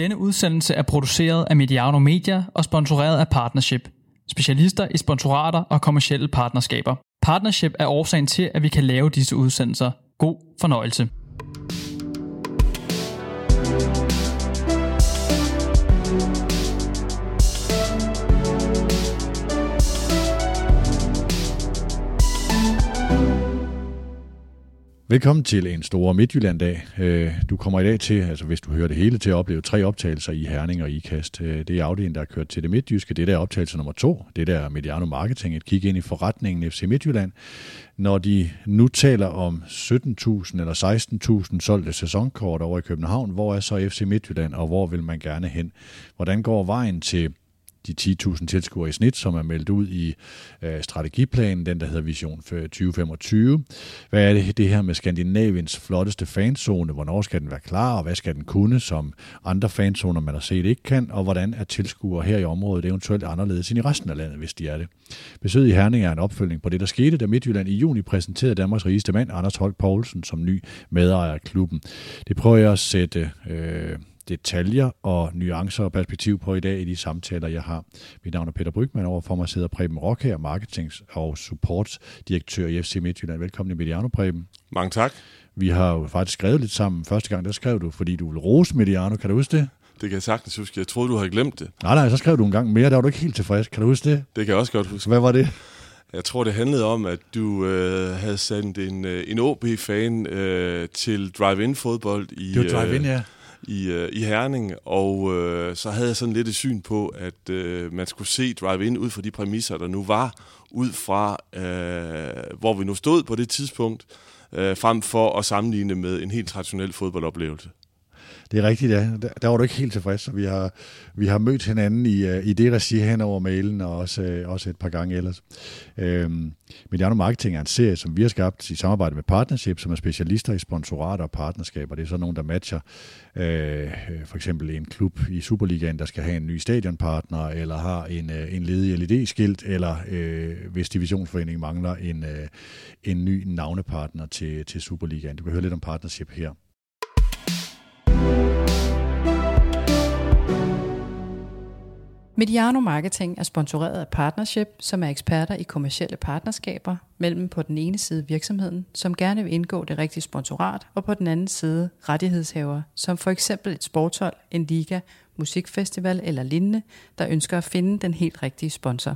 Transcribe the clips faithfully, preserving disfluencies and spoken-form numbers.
Denne udsendelse er produceret af Mediano Media og sponsoreret af Partnership. Specialister i sponsorater og kommercielle partnerskaber. Partnership er årsagen til, at vi kan lave disse udsendelser. God fornøjelse. Velkommen til en stor Midtjylland-dag. Du kommer i dag til, altså hvis du hører det hele, til at opleve tre optagelser i Herning og Ikast. Det er afdelingen, der er kørt til det midtjyske. Det der er optagelse nummer to. Det der er Mediano Marketing. Et kig ind i forretningen F C Midtjylland. Når de nu taler om sytten tusind eller seksten tusind solgte sæsonkort over i København, hvor er så F C Midtjylland, og hvor vil man gerne hen? Hvordan går vejen til de ti tusind tilskuere i snit, som er meldt ud i øh, strategiplanen, den der hedder Vision tyve femogtyve. Hvad er det, det her med Skandinaviens flotteste fanzone? Hvornår skal den være klar, og hvad skal den kunne, som andre fanzoner, man har set, ikke kan? Og hvordan er tilskuere her i området eventuelt anderledes end i resten af landet, hvis de er det? Besøget i Herning er en opfølgning på det, der skete, da Midtjylland i juni præsenterede Danmarks rigeste mand, Anders Holk Poulsen, som ny medejer af klubben. Det prøver jeg at sætte Øh, detaljer og nuancer og perspektiv på i dag i de samtaler, jeg har. Mit navn er Peter Brygmann, overfor mig sidder Preben Rock her, marketings- og supportdirektør i F C Midtjylland. Velkommen i Mediano, Preben. Mange tak. Vi har jo faktisk skrevet lidt sammen. Første gang, der skrev du, fordi du ville rose Mediano. Kan du huske det? Det kan jeg sagtens huske. Jeg troede, du havde glemt det. Nej, nej, så skrev du en gang mere. Der var du ikke helt tilfrids. Kan du huske det? Det kan jeg også godt huske. Hvad var det? Jeg tror, det handlede om, at du øh, havde sendt en, en O B-fan øh, til drive-in-fodbold i... Det var drive-in, ja. I, øh, i Herning, og øh, så havde jeg sådan lidt et syn på, at øh, man skulle se drive-in ud fra de præmisser, der nu var, ud fra, øh, hvor vi nu stod på det tidspunkt, øh, frem for at sammenligne med en helt traditionel fodboldoplevelse. Det er rigtigt, ja. Der, der var du ikke helt tilfreds, så vi har, vi har mødt hinanden i, uh, i det regi hen over mailen, og også, uh, også et par gange ellers. Øhm, Mediano Marketing er en serie, som vi har skabt i samarbejde med Partnership, som er specialister i sponsorater og partnerskaber. Det er så nogen, der matcher øh, for eksempel en klub i Superligaen, der skal have en ny stadionpartner, eller har en, uh, en ledig L E D-skilt, eller øh, hvis divisionsforeningen mangler en, uh, en ny navnepartner til, til Superligaen. Du kan høre lidt om Partnership her. Mediano Marketing er sponsoreret af Partnership, som er eksperter i kommercielle partnerskaber mellem på den ene side virksomheden, som gerne vil indgå det rigtige sponsorat, og på den anden side rettighedshaver, som for eksempel et sportshold, en liga, musikfestival eller lignende, der ønsker at finde den helt rigtige sponsor.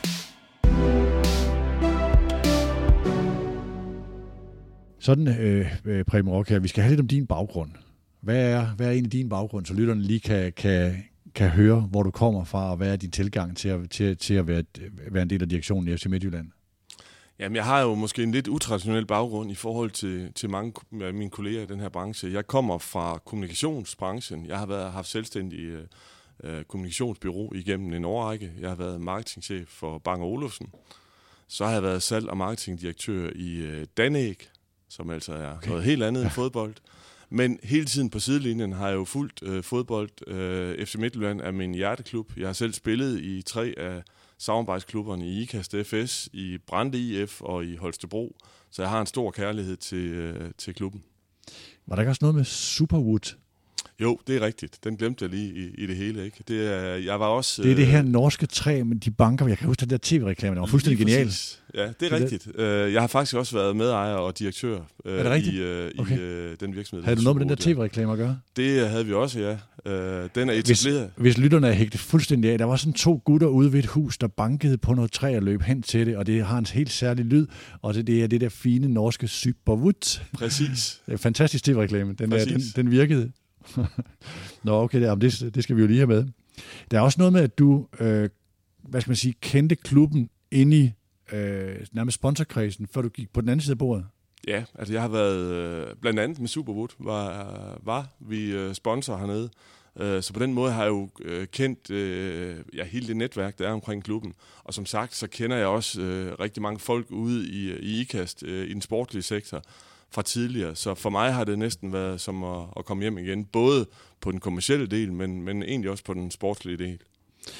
Sådan, øh, Preben Rock her, vi skal have lidt om din baggrund. Hvad er, hvad er egentlig din baggrund, så lytterne lige kan... kan kan høre, hvor du kommer fra, og hvad er din tilgang til at, til, til at være, være en del af direktionen i F C Midtjylland? Jamen, jeg har jo måske en lidt utraditionel baggrund i forhold til, til mange af mine kolleger i den her branche. Jeg kommer fra kommunikationsbranchen. Jeg har været, haft selvstændig øh, kommunikationsbureau igennem en årrække. Jeg har været marketingchef for Bang og Olufsen. Så har jeg været salg- og marketingdirektør i øh, Danæg, som altså er okay. Noget helt andet end fodbold. Men hele tiden på sidelinjen har jeg jo fulgt øh, fodbold. Øh, F C Midtjylland er min hjerteklub. Jeg har selv spillet i tre af samarbejdsklubberne i Ikast F S, i Brande I F og i Holstebro. Så jeg har en stor kærlighed til, øh, til klubben. Var der ikke også noget med Superwood? Jo, det er rigtigt. Den glemte jeg lige i, i det hele, ikke? Det er, jeg var også... Det er øh, det her norske træ med de banker. Jeg kan huske den der tv-reklame, den var fuldstændig genial. Ja, det er det rigtigt. Det. Jeg har faktisk også været medejer og direktør øh, er det i, øh, okay. i øh, den virksomhed. Havde du noget med den der tv-reklame at gøre? Det havde vi også, ja. Øh, den er etableret. Hvis, hvis lytterne er hægtet fuldstændig af, der var sådan to gutter ude ved et hus, der bankede på noget træ og løb hen til det, og det har en helt særlig lyd, og det, det er det der fine norske Superwood. Præcis. Det er en fantastisk tv-reklame. Den, der, den, den virkede. Nå, okay, det, det skal vi jo lige have med. Der er også noget med, at du, øh, hvad skal man sige, kendte klubben inde i øh, nærmest sponsorkredsen, før du gik på den anden side af bordet. Ja, altså jeg har været, øh, blandt andet med Superwood, var, var vi øh, sponsor hernede. Øh, så på den måde har jeg jo øh, kendt øh, ja, hele det netværk, der er omkring klubben. Og som sagt, så kender jeg også øh, rigtig mange folk ude i, i Ikast, øh, i den sportlige sektor, fra tidligere. Så for mig har det næsten været som at, at komme hjem igen, både på den kommercielle del, men, men egentlig også på den sportslige del.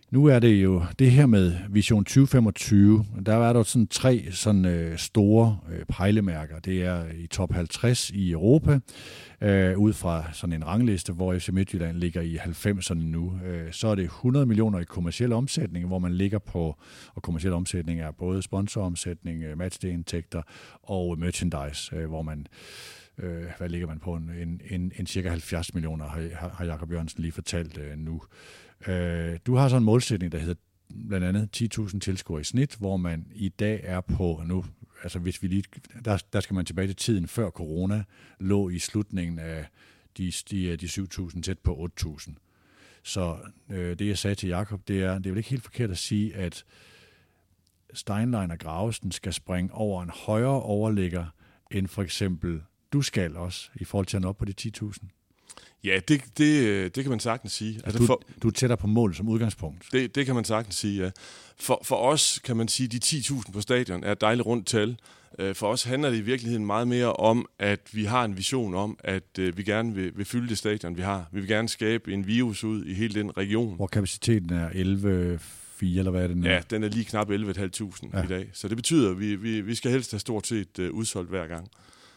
Nu er det jo det her med Vision tyve femogtyve. Der er der sådan tre sådan, øh, store øh, pejlemærker. Det er i top halvtreds i Europa, øh, ud fra sådan en rangliste, hvor F C Midtjylland ligger i halvfemserne nu. Øh, så er det hundrede millioner i kommerciel omsætning, hvor man ligger på, og kommerciel omsætning er både sponsoromsætning, matchday-indtægter og merchandise, øh, hvor man øh, hvad ligger man på? En, en, en cirka halvfjerds millioner, har, har Jakob Jørgensen lige fortalt øh, nu. Øh, du har så en målsætning, der hedder blandt andet ti tusind tilskuere i snit, hvor man i dag er på, nu, altså hvis vi lige, der, der skal man tilbage til tiden før corona, lå i slutningen af de, de, de syv tusind tæt på otte tusind. Så øh, det jeg sagde til Jakob, det er, det er vel ikke helt forkert at sige, at Steinlein og Gravesen skal springe over en højere overligger, end for eksempel du skal også, i forhold til at nå op på de ti tusind. Ja, det, det, det kan man sagtens sige. Altså, du, du er tættere på mål som udgangspunkt. Det, det kan man sagtens sige, ja. For, for os kan man sige, at de ti tusind på stadion er et dejligt rundt tal. For os handler det i virkeligheden meget mere om, at vi har en vision om, at vi gerne vil, vil fylde det stadion, vi har. Vi vil gerne skabe en virus ud i hele den region. Hvor kapaciteten er elleve fire, eller hvad er det nu? Ja, den er lige knap elleve tusind fem hundrede ja. i dag. Så det betyder, at vi, vi, vi skal helst have stort set uh, udsolgt hver gang.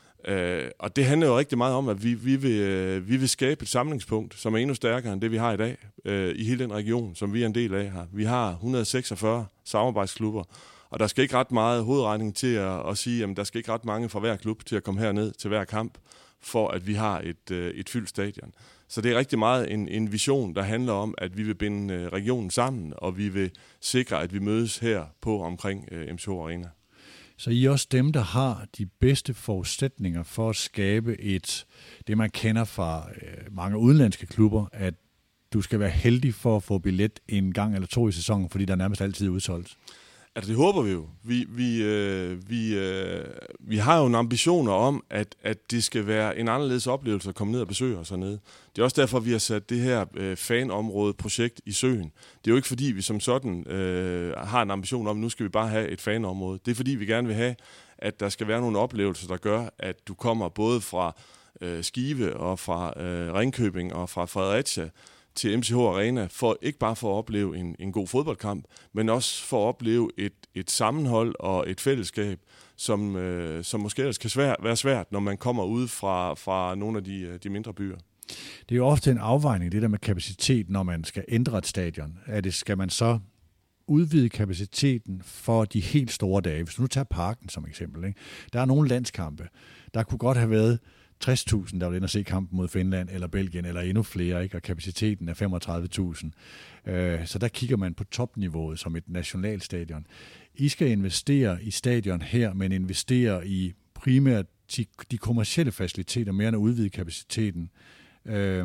Uh, og det handler jo rigtig meget om, at vi, vi, vil, uh, vi vil skabe et samlingspunkt, som er endnu stærkere end det, vi har i dag, uh, i hele den region, som vi er en del af her. Vi har et hundrede og seksogfyrre samarbejdsklubber, og der skal ikke ret meget hovedregning til at, at sige, at der skal ikke ret mange fra hver klub til at komme herned til hver kamp, for at vi har et, uh, et fyldt stadion. Så det er rigtig meget en, en vision, der handler om, at vi vil binde uh, regionen sammen, og vi vil sikre, at vi mødes her på omkring uh, M C H Arena. Så I er også dem, der har de bedste forudsætninger for at skabe et, det man kender fra øh, mange udenlandske klubber, at du skal være heldig for at få billet en gang eller to i sæsonen, fordi der nærmest altid er udsolgt. Altså det håber vi jo. Vi, vi, øh, vi, øh, vi har jo en ambitioner om, at, at det skal være en anderledes oplevelse at komme ned og besøge os hernede. Det er også derfor, vi har sat det her øh, fanområde-projekt i søen. Det er jo ikke fordi, vi som sådan øh, har en ambition om, at nu skal vi bare have et fanområde. Det er fordi, vi gerne vil have, at der skal være nogle oplevelser, der gør, at du kommer både fra øh, Skive og fra øh, Ringkøbing og fra Fredericia til M C H Arena, for ikke bare for at opleve en, en god fodboldkamp, men også for at opleve et, et sammenhold og et fællesskab, som, øh, som måske ellers kan svær, være svært, når man kommer ud fra, fra nogle af de, de mindre byer. Det er jo ofte en afvejning, det der med kapacitet, når man skal ændre et stadion. Er det, skal man så udvide kapaciteten for de helt store dage? Hvis du nu tager Parken som eksempel, ikke? Der er nogle landskampe, der kunne godt have været tres tusind, der vil ind og se kampen mod Finland eller Belgien, eller endnu flere, ikke? Og kapaciteten er femogtredive tusind. Øh, så der kigger man på topniveauet som et nationalstadion. I skal investere i stadion her, men investere i primært de kommercielle faciliteter, mere end at udvide kapaciteten. Øh,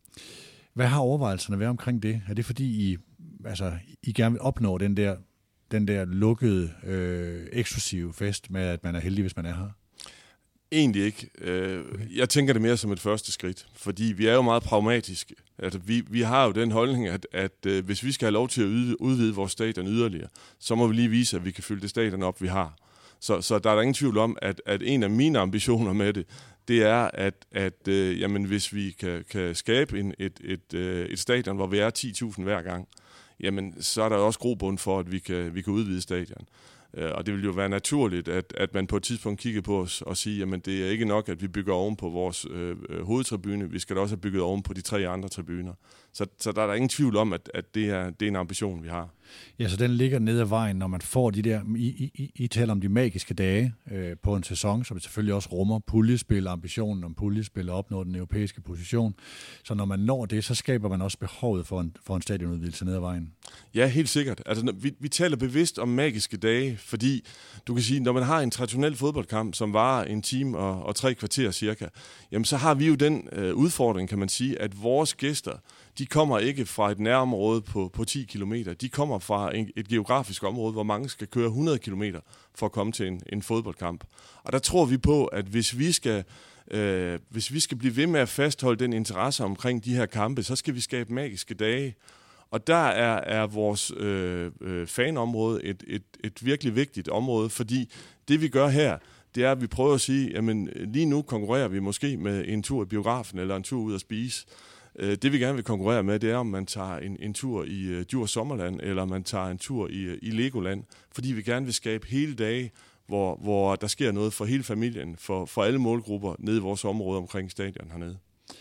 hvad har overvejelserne været omkring det? Er det fordi, I, altså, I gerne vil opnå den der, den der lukkede, øh, eksklusive fest med, at man er heldig, hvis man er her? Egentlig ikke. Jeg tænker det mere som et første skridt, fordi vi er jo meget pragmatiske. Altså, vi, vi har jo den holdning, at, at hvis vi skal have lov til at udvide vores stadion yderligere, så må vi lige vise, at vi kan fylde det stadion op, vi har. Så, så der er der ingen tvivl om, at, at en af mine ambitioner med det, det er, at, at øh, jamen, hvis vi kan, kan skabe en, et, et, øh, et stadion, hvor vi er ti tusind hver gang, jamen, så er der også grobund for, at vi kan, vi kan udvide stadion. Og det vil jo være naturligt, at, at man på et tidspunkt kigger på os og siger, jamen det er ikke nok, at vi bygger oven på vores øh, hovedtribune, vi skal da også have bygget oven på de tre andre tribuner. Så, så der er der ingen tvivl om, at, at det, er, det er en ambition, vi har. Ja, så den ligger ned ad vejen, når man får de der, I, I, I taler om de magiske dage øh, på en sæson, som selvfølgelig også rummer puljespil, ambitionen om puljespil og opnå den europæiske position. Så når man når det, så skaber man også behovet for en, for en stadionudvidelse ned ad vejen. Ja, helt sikkert. Altså, vi, vi taler bevidst om magiske dage, fordi du kan sige, når man har en traditionel fodboldkamp, som varer en time og, og tre kvarter cirka, jamen så har vi jo den øh, udfordring, kan man sige, at vores gæster, de kommer ikke fra et nærområde på, på ti kilometer. De kommer fra en, et geografisk område, hvor mange skal køre hundrede kilometer for at komme til en, en fodboldkamp. Og der tror vi på, at hvis vi skal øh, hvis vi skal blive ved med at fastholde den interesse omkring de her kampe, så skal vi skabe magiske dage. Og der er, er vores øh, øh, fanområde et, et, et virkelig vigtigt område, fordi det vi gør her, det er, at vi prøver at sige, jamen lige nu konkurrerer vi måske med en tur i biografen eller en tur ud at spise. Øh, det vi gerne vil konkurrere med, det er, om man tager en, en tur i øh, Djurs Sommerland, eller man tager en tur i, i Legoland, fordi vi gerne vil skabe hele dage, hvor, hvor der sker noget for hele familien, for, for alle målgrupper nede i vores område omkring stadion hernede.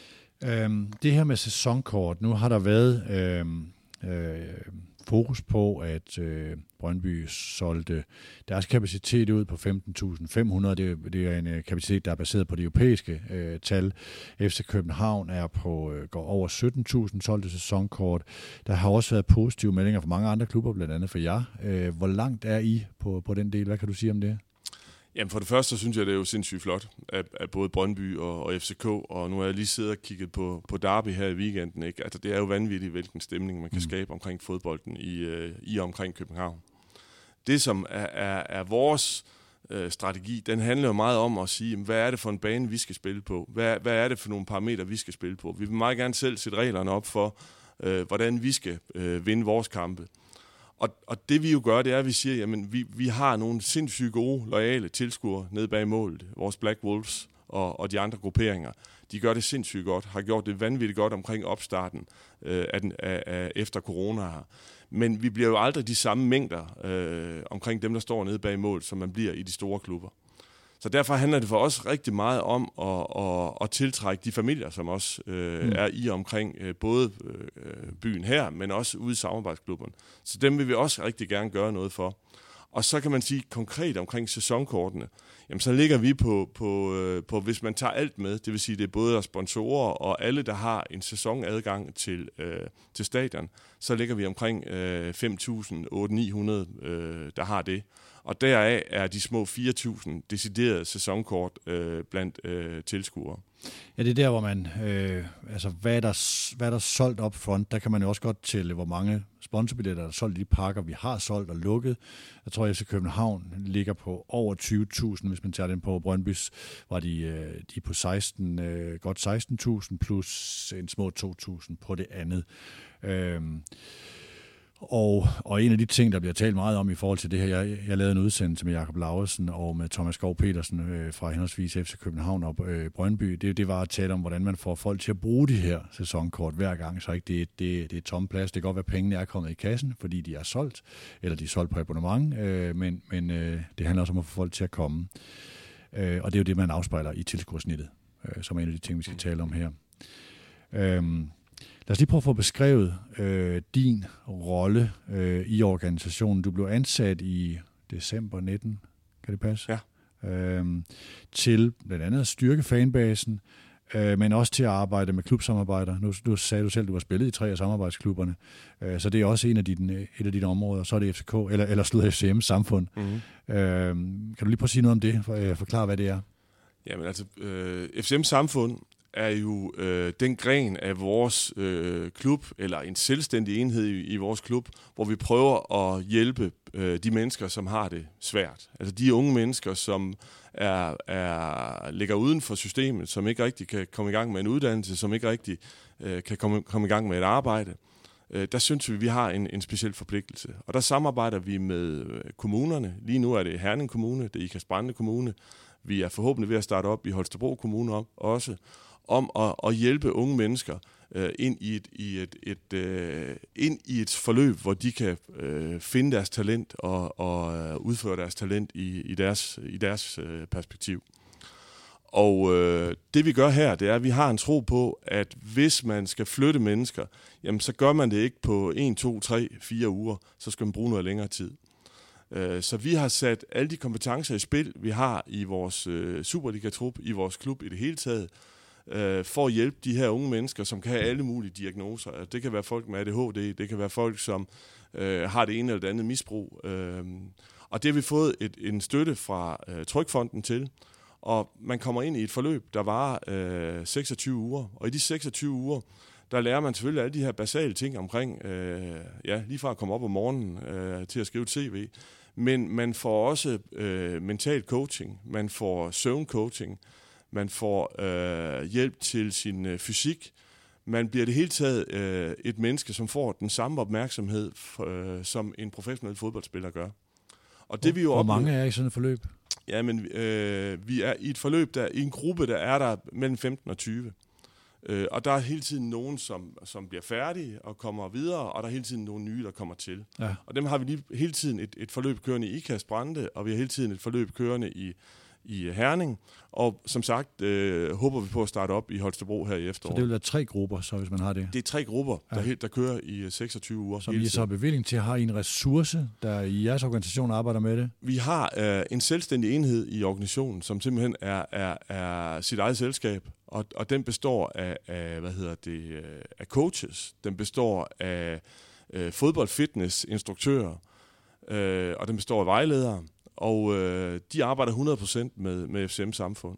Øhm, det her med sæsonkort, nu har der været øhm, øh, fokus på, at øh, Brøndby solgte deres kapacitet ud på femten tusind fem hundrede. Det, det er en øh, kapacitet, der er baseret på det europæiske øh, tal. F C København er på øh, går over sytten tusind solgte sæsonkort. Der har også været positive meldinger fra mange andre klubber, blandt andet for jer. Øh, hvor langt er I på, på den del? Hvad kan du sige om det? Jamen for det første, så synes jeg, det er jo sindssygt flot, at, at både Brøndby og, og F C K, og nu er jeg lige siddet og kigget på, på Derby her i weekenden, ikke? Altså, det er jo vanvittigt, hvilken stemning man kan mm. skabe omkring fodbolden i, øh, i og omkring København. Det, som er, er, er vores øh, strategi, den handler jo meget om at sige, hvad er det for en bane, vi skal spille på? Hvad, hvad er det for nogle parametre, vi skal spille på? Vi vil meget gerne selv sætte reglerne op for, øh, hvordan vi skal øh, vinde vores kampe. Og, og det vi jo gør, det er, at vi siger, jamen vi, vi har nogle sindssygt gode, loyale tilskuere nede bag målet. Vores Black Wolves og, og de andre grupperinger. De gør det sindssygt godt, har gjort det vanvittigt godt omkring opstarten øh, af den, af, af, efter corona her. Men vi bliver jo aldrig de samme mængder øh, omkring dem, der står nede bag målet, som man bliver i de store klubber. Så derfor handler det for os rigtig meget om at, at, at tiltrække de familier, som også øh, mm. er i og omkring øh, både øh, byen her, men også ude i samarbejdsklubberne. Så dem vil vi også rigtig gerne gøre noget for. Og så kan man sige konkret omkring sæsonkortene, jamen så ligger vi på, på, øh, på, hvis man tager alt med, det vil sige det er både sponsorer og alle, der har en sæsonadgang til, øh, til stadion, så ligger vi omkring øh, fem tusind otte hundrede ni hundrede, øh, der har det. Og deraf er de små fire tusind deciderede sæsonkort øh, blandt øh, tilskuere. Ja, det er der, hvor man, øh, altså hvad er, der, hvad er der solgt op front? Der kan man jo også godt tælle, hvor mange sponsorbilletter der er solgt i de pakker, vi har solgt og lukket. Jeg tror, at F C København ligger på over tyve tusind, hvis man tager den på. Brøndbys var de, øh, de på seksten, øh, godt seksten tusind plus en små to tusind på det andet. Øh, Og, og en af de ting, der bliver talt meget om i forhold til det her, jeg, jeg lavede en udsendelse med Jakob Lauesen og med Thomas Skov Petersen øh, fra henholdsvis F C København og øh, Brøndby, det, det var at tale om, hvordan man får folk til at bruge de her sæsonkort hver gang, så ikke det, det, det er tom plads. Det kan godt være, at pengene er kommet i kassen, fordi de er solgt, eller de er solgt på abonnement, øh, men, men øh, det handler også om at få folk til at komme. Øh, og det er jo det, man afspejler i tilskuersnittet, øh, som er en af de ting, vi skal tale om her. Øh, Lad os lige prøve at få beskrevet øh, din rolle øh, i organisationen. Du blev ansat i december nitten, kan det passe? Ja. Øhm, til blandt andet at styrke fanbasen, øh, men også til at arbejde med klubsamarbejder. Nu, nu sagde du selv, at du har spillet i tre af samarbejdsklubberne, øh, så det er også en af dine, et af dine områder. Så er det F C K, eller, eller slutter F C M samfund. Mm-hmm. Øh, kan du lige prøve at sige noget om det, for at forklare, hvad det er? Jamen altså, øh, F C M samfund er jo øh, den gren af vores øh, klub, eller en selvstændig enhed i, i vores klub, hvor vi prøver at hjælpe øh, de mennesker, som har det svært. Altså de unge mennesker, som er, er, ligger uden for systemet, som ikke rigtig kan komme i gang med en uddannelse, som ikke rigtig øh, kan komme, komme i gang med et arbejde. Øh, der synes vi, vi har en, en speciel forpligtelse. Og der samarbejder vi med kommunerne. Lige nu er det Herning Kommune, det er Ikast Brande Kommune. Vi er forhåbentlig ved at starte op i Holstebro Kommune op, også, om at, at hjælpe unge mennesker øh, ind, i et, i et, et, øh, ind i et forløb, hvor de kan øh, finde deres talent og, og udføre deres talent i, i deres, i deres øh, perspektiv. Og øh, det vi gør her, det er, at vi har en tro på, at hvis man skal flytte mennesker, jamen, så gør man det ikke på en, to, tre, fire uger, så skal man bruge noget længere tid. Så vi har sat alle de kompetencer i spil, vi har i vores øh, Superliga-trup, i vores klub i det hele taget, øh, for at hjælpe de her unge mennesker, som kan have alle mulige diagnoser. Det kan være folk med A D H D, det kan være folk, som øh, har det ene eller det andet misbrug. Øh, og det har vi fået et, en støtte fra øh, Trygfonden til, og man kommer ind i et forløb, der varer øh, seksogtyve uger, og i de seksogtyve uger, der lærer man selvfølgelig alle de her basale ting omkring, øh, ja, lige fra at komme op om morgenen øh, til at skrive et C V. Men man får også øh, mental coaching, man får søvncoaching, man får øh, hjælp til sin øh, fysik. Man bliver det hele taget øh, et menneske, som får den samme opmærksomhed, øh, som en professionel fodboldspiller gør. Og det vi jo Hvor oplever, mange er i sådan et forløb? Ja, men øh, vi er i et forløb, der i en gruppe, der er der mellem femten og tyve. Øh, og der er hele tiden nogen, som, som bliver færdige og kommer videre, og der er hele tiden nogle nye, der kommer til. Ja. Og dem har vi lige hele tiden et, et forløb kørende i IKAST Brande, og vi har hele tiden et forløb kørende i, i Herning. Og som sagt, øh, håber vi på at starte op i Holstebro her i efteråret. Så det vil være tre grupper, så hvis man har det? Det er tre grupper, ja. der, helt, der kører i seksogtyve uger. Som I så har bevilling til at have en ressource, der i jeres organisation arbejder med det? Vi har øh, en selvstændig enhed i organisationen, som simpelthen er, er, er sit eget selskab. Og, og den består af, af, hvad hedder det, af coaches, den består af øh, fodbold-fitness-instruktører, øh, og den består af vejledere, og øh, de arbejder hundrede procent med, med F C M Samfund.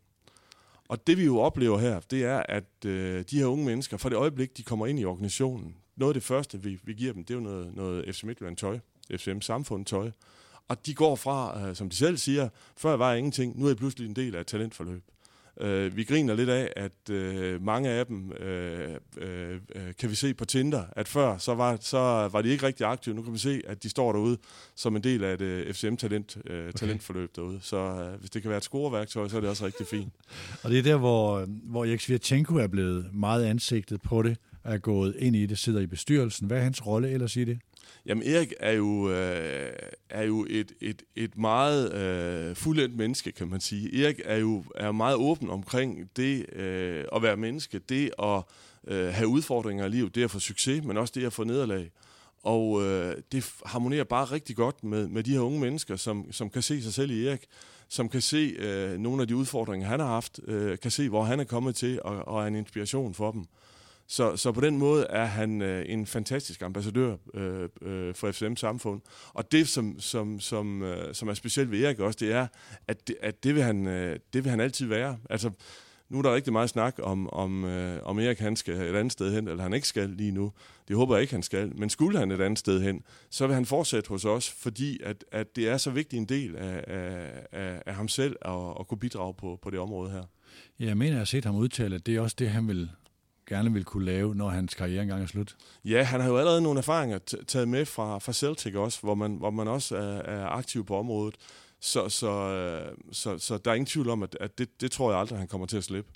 Og det vi jo oplever her, det er, at øh, de her unge mennesker, fra det øjeblik, de kommer ind i organisationen, noget af det første, vi, vi giver dem, det er jo noget, noget F C Midtjylland tøj, F C M Samfund tøj, og de går fra, øh, som de selv siger, før var jeg ingenting, nu er jeg pludselig en del af et talentforløb. Uh, vi griner lidt af, at uh, mange af dem uh, uh, kan vi se på Tinder, at før så var, så var de ikke rigtig aktive. Nu kan vi se, at de står derude som en del af et uh, F C M-talent, uh, okay. talentforløb derude. Så uh, hvis det kan være et scoreværktøj, så er det også rigtig fint. Og det er der, hvor, hvor Erik Svirchenko er blevet meget ansigtet på det, er gået ind i det, sidder i bestyrelsen. Hvad er hans rolle ellers i det? Jamen Erik er jo, øh, er jo et, et, et meget øh, fuldendt menneske, kan man sige. Erik er jo er meget åben omkring det øh, at være menneske, det at øh, have udfordringer i livet, det at få succes, men også det at få nederlag. Og øh, det harmonerer bare rigtig godt med, med de her unge mennesker, som, som kan se sig selv i Erik, som kan se øh, nogle af de udfordringer, han har haft, øh, kan se, hvor han er kommet til, og, og er en inspiration for dem. Så, så på den måde er han øh, en fantastisk ambassadør øh, øh, for F C M Samfund. Og det, som, som, som, øh, som er specielt ved Erik også, det er, at det, at det, vil, han, øh, det vil han altid være. Altså, nu er der rigtig meget snak om, om, øh, om Erik han skal et andet sted hen, eller han ikke skal lige nu. Det håber jeg ikke, han skal. Men skulle han et andet sted hen, så vil han fortsætte hos os, fordi at, at det er så vigtig en del af, af, af ham selv at, at kunne bidrage på, på det område her. Ja, jeg mener, jeg har set ham udtale, at det er også det, han vil gerne vil kunne lave, når hans karriere engang er slut. Ja, han har jo allerede nogle erfaringer t- taget med fra, fra Celtic også, hvor man, hvor man også er, er aktiv på området. Så, så, så, så der er ingen tvivl om, at, at det, det tror jeg aldrig, han kommer til at slippe.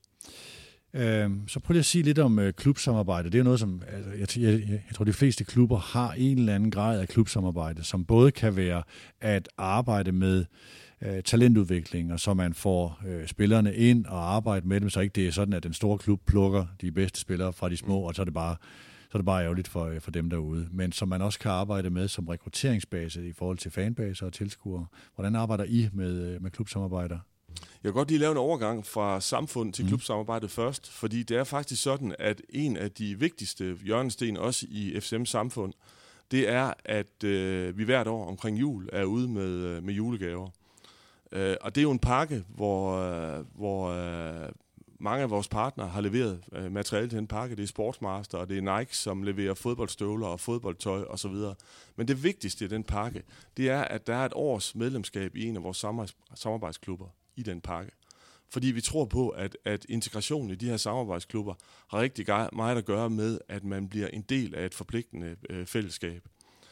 Øhm, så prøv lige at sige lidt om øh, klubsamarbejde. Det er jo noget, som altså, jeg, jeg, jeg tror, de fleste klubber har en eller anden grad af klubsamarbejde, som både kan være at arbejde med øh, talentudvikling, og så man får øh, spillerne ind og arbejde med dem, så ikke det er sådan, at den store klub plukker de bedste spillere fra de små, mm. og så er det bare så er det bare ærgerligt for, for dem derude. Men som man også kan arbejde med som rekrutteringsbase i forhold til fanbaser og tilskuere. Hvordan arbejder I med, med klubsamarbejder? Jeg kan godt lige lave en overgang fra samfund til klubsamarbejdet mm. først, fordi det er faktisk sådan, at en af de vigtigste hjørnesten også i F C M Samfund, det er, at øh, vi hvert år omkring jul er ude med, med julegaver. Øh, og det er jo en pakke, hvor, øh, hvor øh, mange af vores partnere har leveret øh, materiale til den pakke. Det er Sportsmaster, og det er Nike, som leverer fodboldstøvler og fodboldtøj osv. Men det vigtigste i den pakke, det er, at der er et års medlemskab i en af vores samarbejdsklubber i den pakke. Fordi vi tror på, at, at integrationen i de her samarbejdsklubber har rigtig meget at gøre med, at man bliver en del af et forpligtende øh, fællesskab.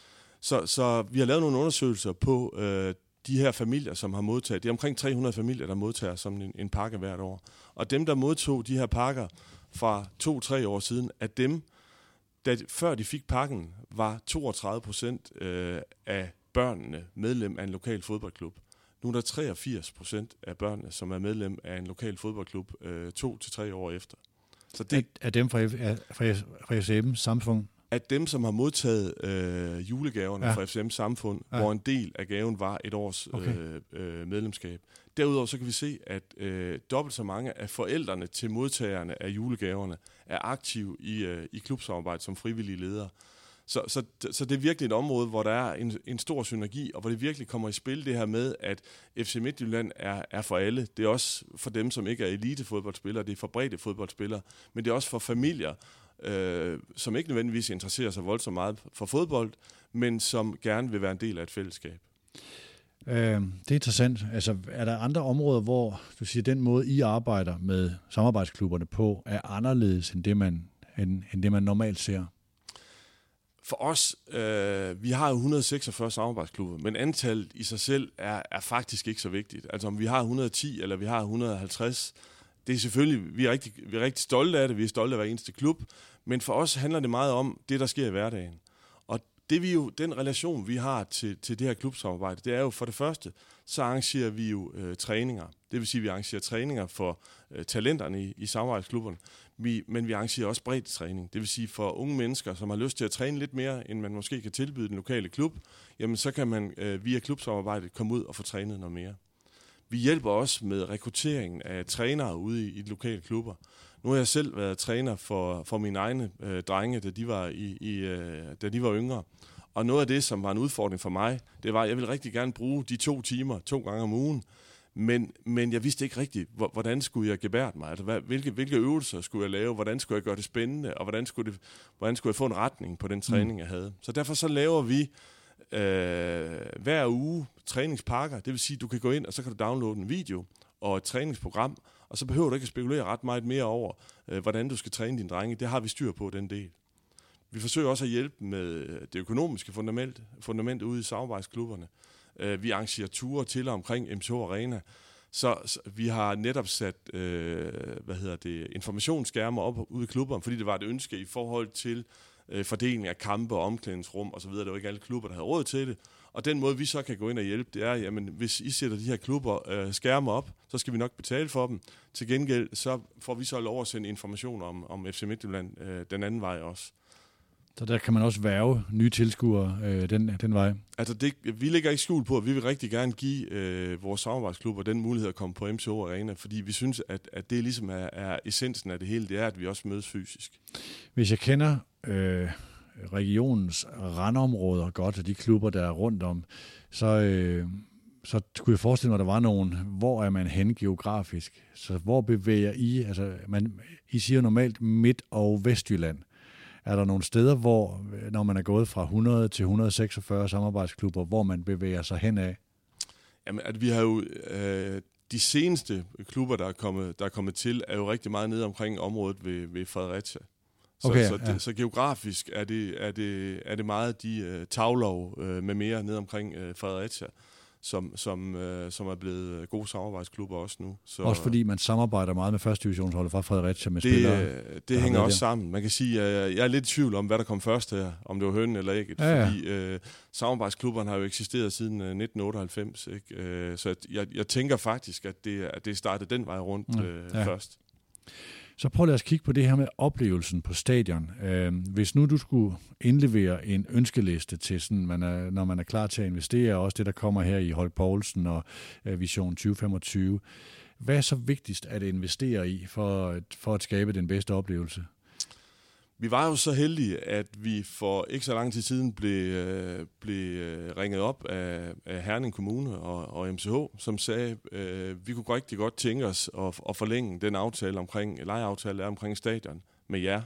Så, så vi har lavet nogle undersøgelser på øh, de her familier, som har modtaget. Det er omkring tre hundrede familier, der modtager som en, en pakke hvert år. Og dem, der modtog de her pakker fra to-tre år siden, at dem, da, før de fik pakken, var toogtredive procent øh, af børnene medlem af en lokal fodboldklub. Nu er der treogfirs procent af børnene, som er medlem af en lokal fodboldklub øh, to til tre år efter. Så det er dem fra, fra, fra F C M Samfund? At dem, som har modtaget øh, julegaverne ja. fra F C M Samfund, ja. hvor en del af gaven var et års okay. øh, øh, medlemskab. Derudover så kan vi se, at øh, dobbelt så mange af forældrene til modtagerne af julegaverne er aktive i, øh, i klubsamarbejde som frivillige ledere. Så, så, så det er virkelig et område, hvor der er en, en stor synergi, og hvor det virkelig kommer i spil det her med, at F C Midtjylland er, er for alle. Det er også for dem, som ikke er elitefodboldspillere, det er for bredde fodboldspillere, men det er også for familier, øh, som ikke nødvendigvis interesserer sig voldsomt meget for fodbold, men som gerne vil være en del af et fællesskab. Øh, det er interessant. Altså, er der andre områder, hvor du siger, den måde, I arbejder med samarbejdsklubberne på, er anderledes end det, man, end, end det, man normalt ser? For os, øh, vi har jo et hundrede og seksogfyrre samarbejdsklubber, men antallet i sig selv er, er faktisk ikke så vigtigt. Altså om vi har et hundrede og ti eller vi har et hundrede og halvtreds, det er selvfølgelig, vi er, rigtig, vi er rigtig stolte af det, vi er stolte af hver eneste klub, men for os handler det meget om det, der sker i hverdagen. Og det vi jo, den relation, vi har til, til det her klubsamarbejde, det er jo for det første, så arrangerer vi jo øh, træninger. Det vil sige, at vi arrangerer træninger for øh, talenterne i, i samarbejdsklubberne, vi, men vi arrangerer også breddetræning. Det vil sige, for unge mennesker, som har lyst til at træne lidt mere, end man måske kan tilbyde den lokale klub, jamen så kan man øh, via klubsamarbejdet komme ud og få trænet noget mere. Vi hjælper også med rekrutteringen af trænere ude i, i de lokale klubber. Nu har jeg selv været træner for, for mine egne øh, drenge, da de, var i, i, øh, da de var yngre. Og noget af det, som var en udfordring for mig, det var, at jeg ville rigtig gerne bruge de to timer, to gange om ugen. Men, men jeg vidste ikke rigtigt, hvordan skulle jeg gebærde mig? Altså, hvad, hvilke, hvilke øvelser skulle jeg lave? Hvordan skulle jeg gøre det spændende? Og hvordan skulle, det, hvordan skulle jeg få en retning på den træning, jeg havde? Så derfor så laver vi øh, hver uge træningspakker. Det vil sige, at du kan gå ind, og så kan du downloade en video og et træningsprogram, og så behøver du ikke at spekulere ret meget mere over, øh, hvordan du skal træne dine drenge. Det har vi styr på, den del. Vi forsøger også at hjælpe med det økonomiske fundament, fundament ude i samarbejdsklubberne. Uh, vi arrangerer ture til og omkring M C H Arena, så, så vi har netop sat øh, hvad hedder det, informationsskærmer op ude i klubberne, fordi det var et ønske i forhold til øh, fordeling af kampe og omklædningsrum osv. Det var ikke alle klubber, der havde råd til det. Og den måde, vi så kan gå ind og hjælpe, det er, jamen, hvis I sætter de her klubber øh, skærme op, så skal vi nok betale for dem. Til gengæld så får vi så lov at sende information om, om F C Midtjylland øh, den anden vej også. Så der kan man også værve nye tilskuere øh, den, den vej. Altså det, vi lægger ikke skjul på, at vi vil rigtig gerne give øh, vores samarbejdsklubber den mulighed at komme på M C H Arena, fordi vi synes, at, at det ligesom er, er essensen af det hele, det er, at vi også mødes fysisk. Hvis jeg kender øh, regionens randområder godt, og de klubber, der er rundt om, så, øh, så kunne jeg forestille mig, at der var nogen, hvor er man hen geografisk? Så hvor bevæger I? Altså, man, I siger normalt Midt- og Vestjylland. Er der nogle steder, hvor, når man er gået fra hundrede til et hundrede og seksogfyrre samarbejdsklubber, hvor man bevæger sig henad? Jamen, at vi har jo øh, de seneste klubber, der er, kommet, der er kommet til, er jo rigtig meget nede omkring området ved, ved Fredericia. Så, okay, så, ja. det, så geografisk er det, er det, er det meget de øh, tavlov øh, med mere nede omkring øh, Fredericia, som, som, øh, som er blevet gode samarbejdsklubber også nu. Så, også fordi man samarbejder meget med første divisionsholdet fra Fredericia med det, spillere. Det hænger også der. sammen. Man kan sige, at jeg er lidt i tvivl om, hvad der kom først her, om det var hønen eller ægget, ja, ja. fordi øh, samarbejdsklubberne har jo eksisteret siden øh, nitten otteoghalvfems, ikke? Øh, så jeg, jeg tænker faktisk, at det, at det startede den vej rundt øh, ja. først. Så prøv lad os kigge på det her med oplevelsen på stadion. Øh, hvis nu du skulle indlevere en ønskeliste til, sådan, man er, når man er klar til at investere, også det, der kommer her i Holk Poulsen og øh, Vision tyve femogtyve, hvad er så vigtigst at investere i for, at, for at skabe den bedste oplevelse? Vi var jo så heldige, at vi for ikke så lang tid siden blev, øh, blev ringet op af, af Herning Kommune og, og M C H, som sagde, øh, vi kunne rigtig godt tænke os at, at forlænge den aftale omkring, lejeaftale er omkring stadion med jer.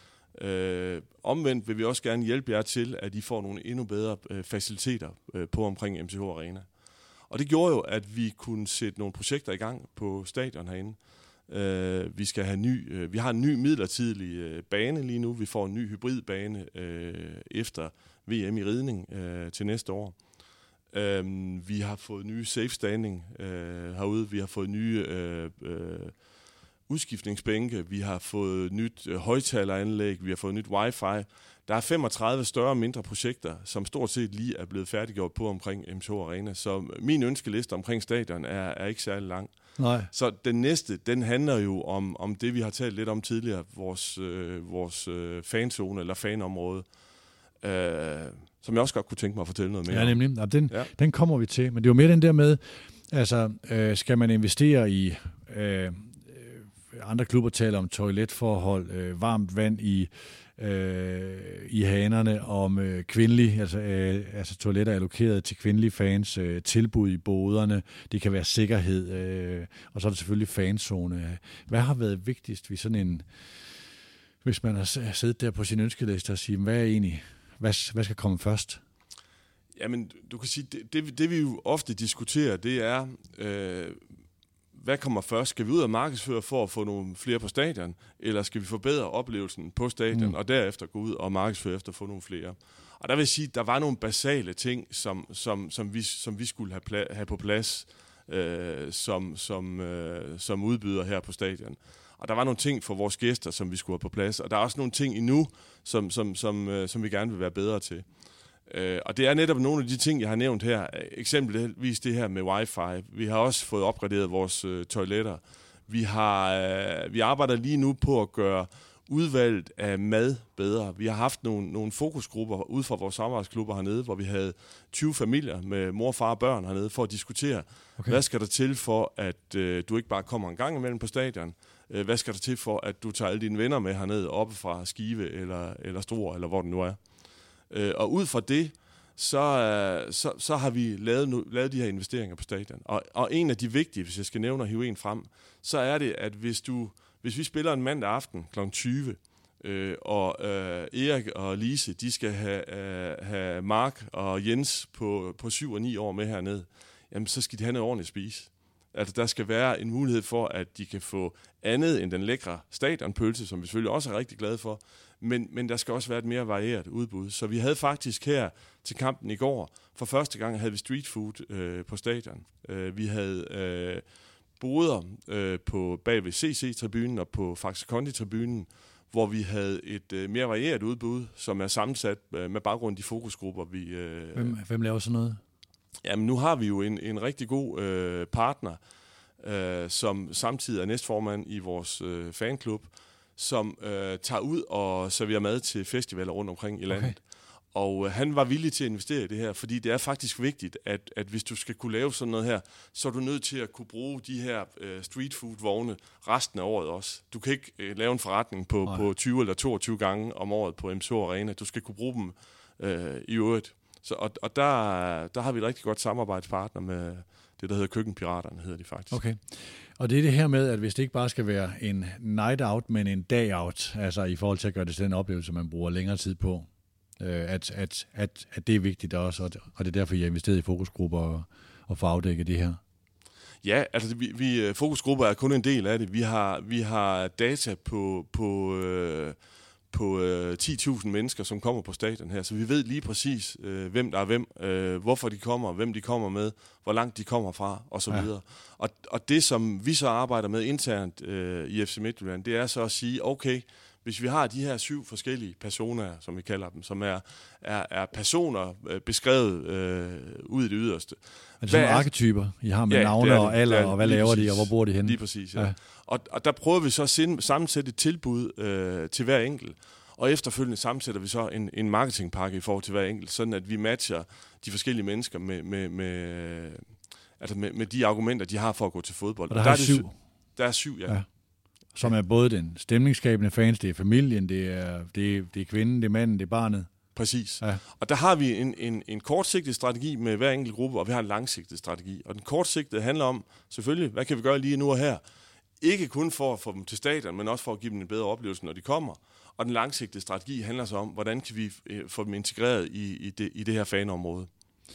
Øh, omvendt vil vi også gerne hjælpe jer til, at I får nogle endnu bedre øh, faciliteter øh, på omkring M C H Arena. Og det gjorde jo, at vi kunne sætte nogle projekter i gang på stadion herinde. Uh, vi skal have ny, uh, vi har en ny midlertidig uh, bane lige nu. Vi får en ny hybridbane uh, efter V M i ridning uh, til næste år. Uh, vi har fået nye safe standing uh, herude. Vi har fået nye uh, uh, udskiftningsbænke. Vi har fået nyt uh, højtaleranlæg. Vi har fået nyt wifi. Der er femogtredive større og mindre projekter, som stort set lige er blevet færdiggjort på omkring M C H Arena. Så min ønskeliste omkring stadion er, er ikke særlig lang. Nej. Så den næste, den handler jo om, om det, vi har talt lidt om tidligere, vores, øh, vores øh, fanzone eller fanområde, øh, som jeg også godt kunne tænke mig at fortælle noget mere Ja, nemlig. Ja, den, ja. den kommer vi til. Men det er jo mere den der med, altså, øh, skal man investere i, øh, andre klubber taler om toiletforhold, øh, varmt vand i øh, i hanerne, om øh, kvindelige, altså, øh, altså toiletter allokeret til kvindelige fans, øh, tilbud i boderne, det kan være sikkerhed, øh, og så er det selvfølgelig fanzone. Hvad har været vigtigst ved sådan en, hvis man har siddet der på sin ønskeliste og sige, hvad er egentlig, hvad, hvad skal komme først? Jamen, du kan sige, det, det, det vi jo ofte diskuterer, det er, øh, hvad kommer først? Skal vi ud og markedsføre for at få nogle flere på stadion, eller skal vi forbedre oplevelsen på stadion, mm. og derefter gå ud og markedsføre efter at få nogle flere? Og der vil jeg sige, der var nogle basale ting, som, som, som, vi, som vi skulle have, pla- have på plads øh, som, som, øh, som udbyder her på stadion. Og der var nogle ting for vores gæster, som vi skulle have på plads, og der er også nogle ting endnu, som, som, som, øh, som vi gerne vil være bedre til. Øh, og det er netop nogle af de ting, jeg har nævnt her. Eksempelvis det her med wifi. Vi har også fået opgraderet vores øh, toiletter. Vi, har, øh, vi arbejder lige nu på at gøre udvalget af mad bedre. Vi har haft nogle, nogle fokusgrupper ude fra vores samarbejdsklubber hernede, hvor vi havde tyve familier med mor, far og børn hernede for at diskutere, okay. hvad skal der til for, at øh, du ikke bare kommer en gang imellem på stadion. Øh, hvad skal der til for, at du tager alle dine venner med hernede oppe fra Skive eller, eller Struer, eller hvor det nu er. Øh, og ud fra det, så, øh, så, så har vi lavet, nu, lavet de her investeringer på stadion. Og, og en af de vigtige, hvis jeg skal nævne og hive en frem, så er det, at hvis du Hvis vi spiller en mandag aften klokken tyve, øh, og øh, Erik og Lise, de skal have, øh, have Mark og Jens på, på syv og ni år med hernede, jamen så skal de have noget ordentligt at spise. Altså der skal være en mulighed for, at de kan få andet end den lækre stadionpølse, som vi selvfølgelig også er rigtig glade for, men, men der skal også være et mere varieret udbud. Så vi havde faktisk her til kampen i går, for første gang havde vi street food øh, på stadion. Øh, vi havde Øh, boder øh, på bag ved C C-tribunen og på Faxe Kondi-tribunen, hvor vi havde et øh, mere varieret udbud, som er sammensat øh, med baggrund i de fokusgrupper. Vi, øh, hvem, hvem laver sådan noget? Jamen, nu har vi jo en, en rigtig god øh, partner, øh, som samtidig er næstformand i vores øh, fanklub, som øh, tager ud og serverer mad til festivaler rundt omkring i landet. Okay. Og øh, han var villig til at investere i det her, fordi det er faktisk vigtigt, at, at hvis du skal kunne lave sådan noget her, så er du nødt til at kunne bruge de her øh, street food vogne resten af året også. Du kan ikke øh, lave en forretning på, på tyve eller toogtyve gange om året på M C H Arena. Du skal kunne bruge dem øh, i øvrigt. Så, og og der, der har vi et rigtig godt samarbejdspartner med det, der hedder Køkkenpiraterne, hedder de faktisk. Okay. Og det er det her med, at hvis det ikke bare skal være en night out, men en day out, altså i forhold til at gøre det til den oplevelse, man bruger længere tid på, At, at, at, at det er vigtigt også, og det er derfor, jeg har investeret i fokusgrupper og, og får afdækket det her. Ja, altså vi, vi, fokusgrupper er kun en del af det. Vi har, vi har data på, på, øh, på øh, ti tusind mennesker, som kommer på stadion her, så vi ved lige præcis, øh, hvem der er hvem, øh, hvorfor de kommer, hvem de kommer med, hvor langt de kommer fra, og så videre. Ja. Og, og det, som vi så arbejder med internt øh, i F C Midtjylland, det er så at sige, okay, hvis vi har de her syv forskellige personer, som vi kalder dem, som er, er, er personer øh, beskrevet øh, ud i det yderste. Er det sådan nogle arketyper, I har med ja, navne det det. og alder, og hvad laver præcis. de, og hvor bor de henne? Lige præcis, ja. ja. Og, og der prøver vi så at sammensætte et tilbud øh, til hver enkelt, og efterfølgende sammensætter vi så en, en marketingpakke i forhold til hver enkelt, sådan at vi matcher de forskellige mennesker med, med, med, altså med, med de argumenter, de har for at gå til fodbold. Og der, og der er syv? Der er syv, ja. ja. Som er både den stemningsskabende fans, det er familien, det er, det er, det er kvinden, det er manden, det er barnet. Præcis. Ja. Og der har vi en, en, en kortsigtet strategi med hver enkelt gruppe, og vi har en langsigtet strategi. Og den kortsigtede handler om, selvfølgelig, hvad kan vi gøre lige nu og her? Ikke kun for at få dem til stadion, men også for at give dem en bedre oplevelse, når de kommer. Og den langsigtede strategi handler så om, hvordan kan vi få dem integreret i, i, det, i det her fanområde.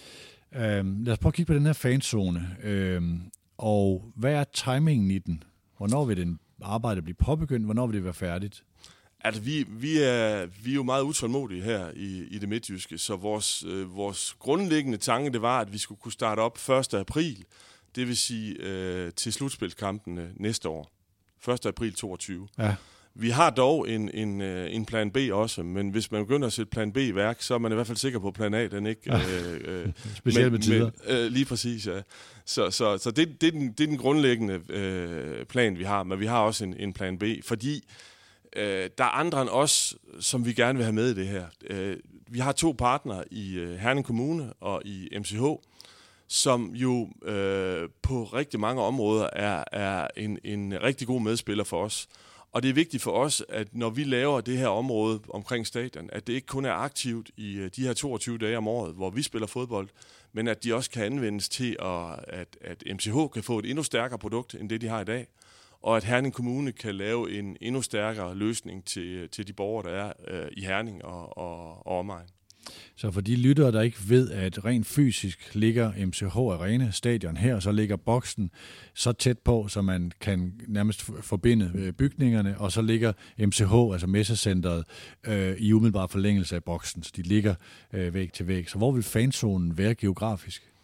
Øhm, lad os prøve at kigge på den her fanzone. Øhm, og hvad er timingen i den? Hvornår vil den arbejde blive påbegyndt? Hvornår vil det være færdigt? Altså, vi, vi, er, vi er jo meget utålmodige her i, i det midtjyske, så vores, øh, vores grundlæggende tanke, det var, at vi skulle kunne starte op første april, det vil sige øh, til slutspilskampene næste år. første april toogtyve. Ja. Vi har dog en, en, en plan B også, men hvis man begynder at sætte plan B i værk, så er man i hvert fald sikker på, at plan A, den ikke... øh, øh, Specielt med tider. Øh, lige præcis, ja. Så, så, så det, det, er den, det er den grundlæggende øh, plan, vi har, men vi har også en, en plan B, fordi øh, der er andre end os, som vi gerne vil have med i det her. Øh, vi har to partnere i øh, Herning Kommune og i M C H, som jo øh, på rigtig mange områder er, er en, en rigtig god medspiller for os. Og det er vigtigt for os, at når vi laver det her område omkring stadion, at det ikke kun er aktivt i de her toogtyve dage om året, hvor vi spiller fodbold, men at de også kan anvendes til, at, at, at M C H kan få et endnu stærkere produkt, end det de har i dag, og at Herning Kommune kan lave en endnu stærkere løsning til, til de borgere, der er øh, i Herning og, og, og omegn. Så for de lyttere, der ikke ved, at rent fysisk ligger M C H Arena stadion her, så ligger boksen så tæt på, så man kan nærmest forbinde bygningerne, og så ligger M C H, altså messecenteret, øh, i umiddelbar forlængelse af boksen, så de ligger øh, væg til væg. Så hvor vil fanzonen være geografisk?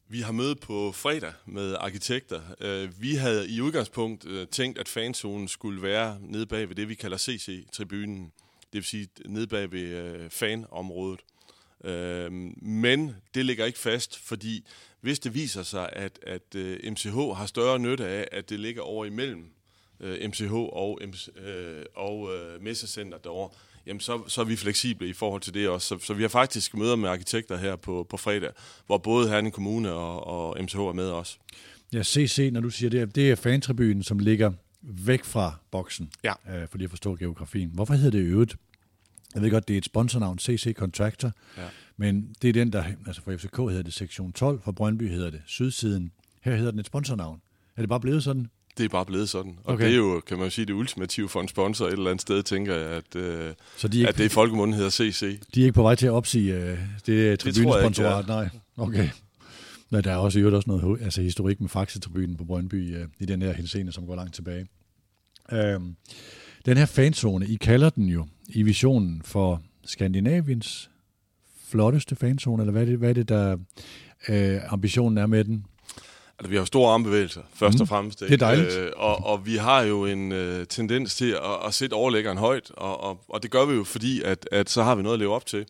Vi har møde på fredag med arkitekter. Uh, vi havde i udgangspunkt uh, tænkt, at fanzonen skulle være nede bag ved det, vi kalder C C-tribunen. Det vil sige nede bag ved uh, fanområdet. Uh, men det ligger ikke fast, fordi hvis det viser sig, at, at uh, M C H har større nytte af, at det ligger over imellem uh, M C H og, uh, og uh, Messecenter derovre, jamen så, så er vi fleksible i forhold til det også. Så, så vi har faktisk møder med arkitekter her på, på fredag, hvor både Herning Kommune og, og M C H er med også. Ja, C C, når du siger det, det er fantribunen, som ligger væk fra boksen, ja. øh, for lige at forstå geografien. Hvorfor hedder det øvrigt? Jeg ved godt, det er et sponsornavn, C C Contractor, ja. Men det er den, der, altså for F C K hedder det sektion tolv, for Brøndby hedder det Sydsiden. Her hedder den et sponsornavn. Er det bare blevet sådan? Det er bare blevet sådan. Og okay. Det er jo, kan man jo sige, det ultimative for en sponsor et eller andet sted, tænker jeg, at, øh, så de ikke, at det i folkemunden hedder C C. De er ikke på vej til at opsige øh, det tribunesponsorat? Nej, okay. Nej, der er også, jo også noget altså, historik med Faxe-tribunen på Brøndby øh, i den her henseende, som går langt tilbage. Øhm, den her fanzone, I kalder den jo i visionen for Skandinaviens flotteste fanzone, eller hvad er det, hvad er det der øh, ambitionen er med den? Altså, vi har jo store armbevægelser, først mm. og fremmest. Det er dejligt. Øh, og, og vi har jo en øh, tendens til at, at sætte overlæggeren højt, og, og, og det gør vi jo, fordi at, at så har vi noget at leve op til.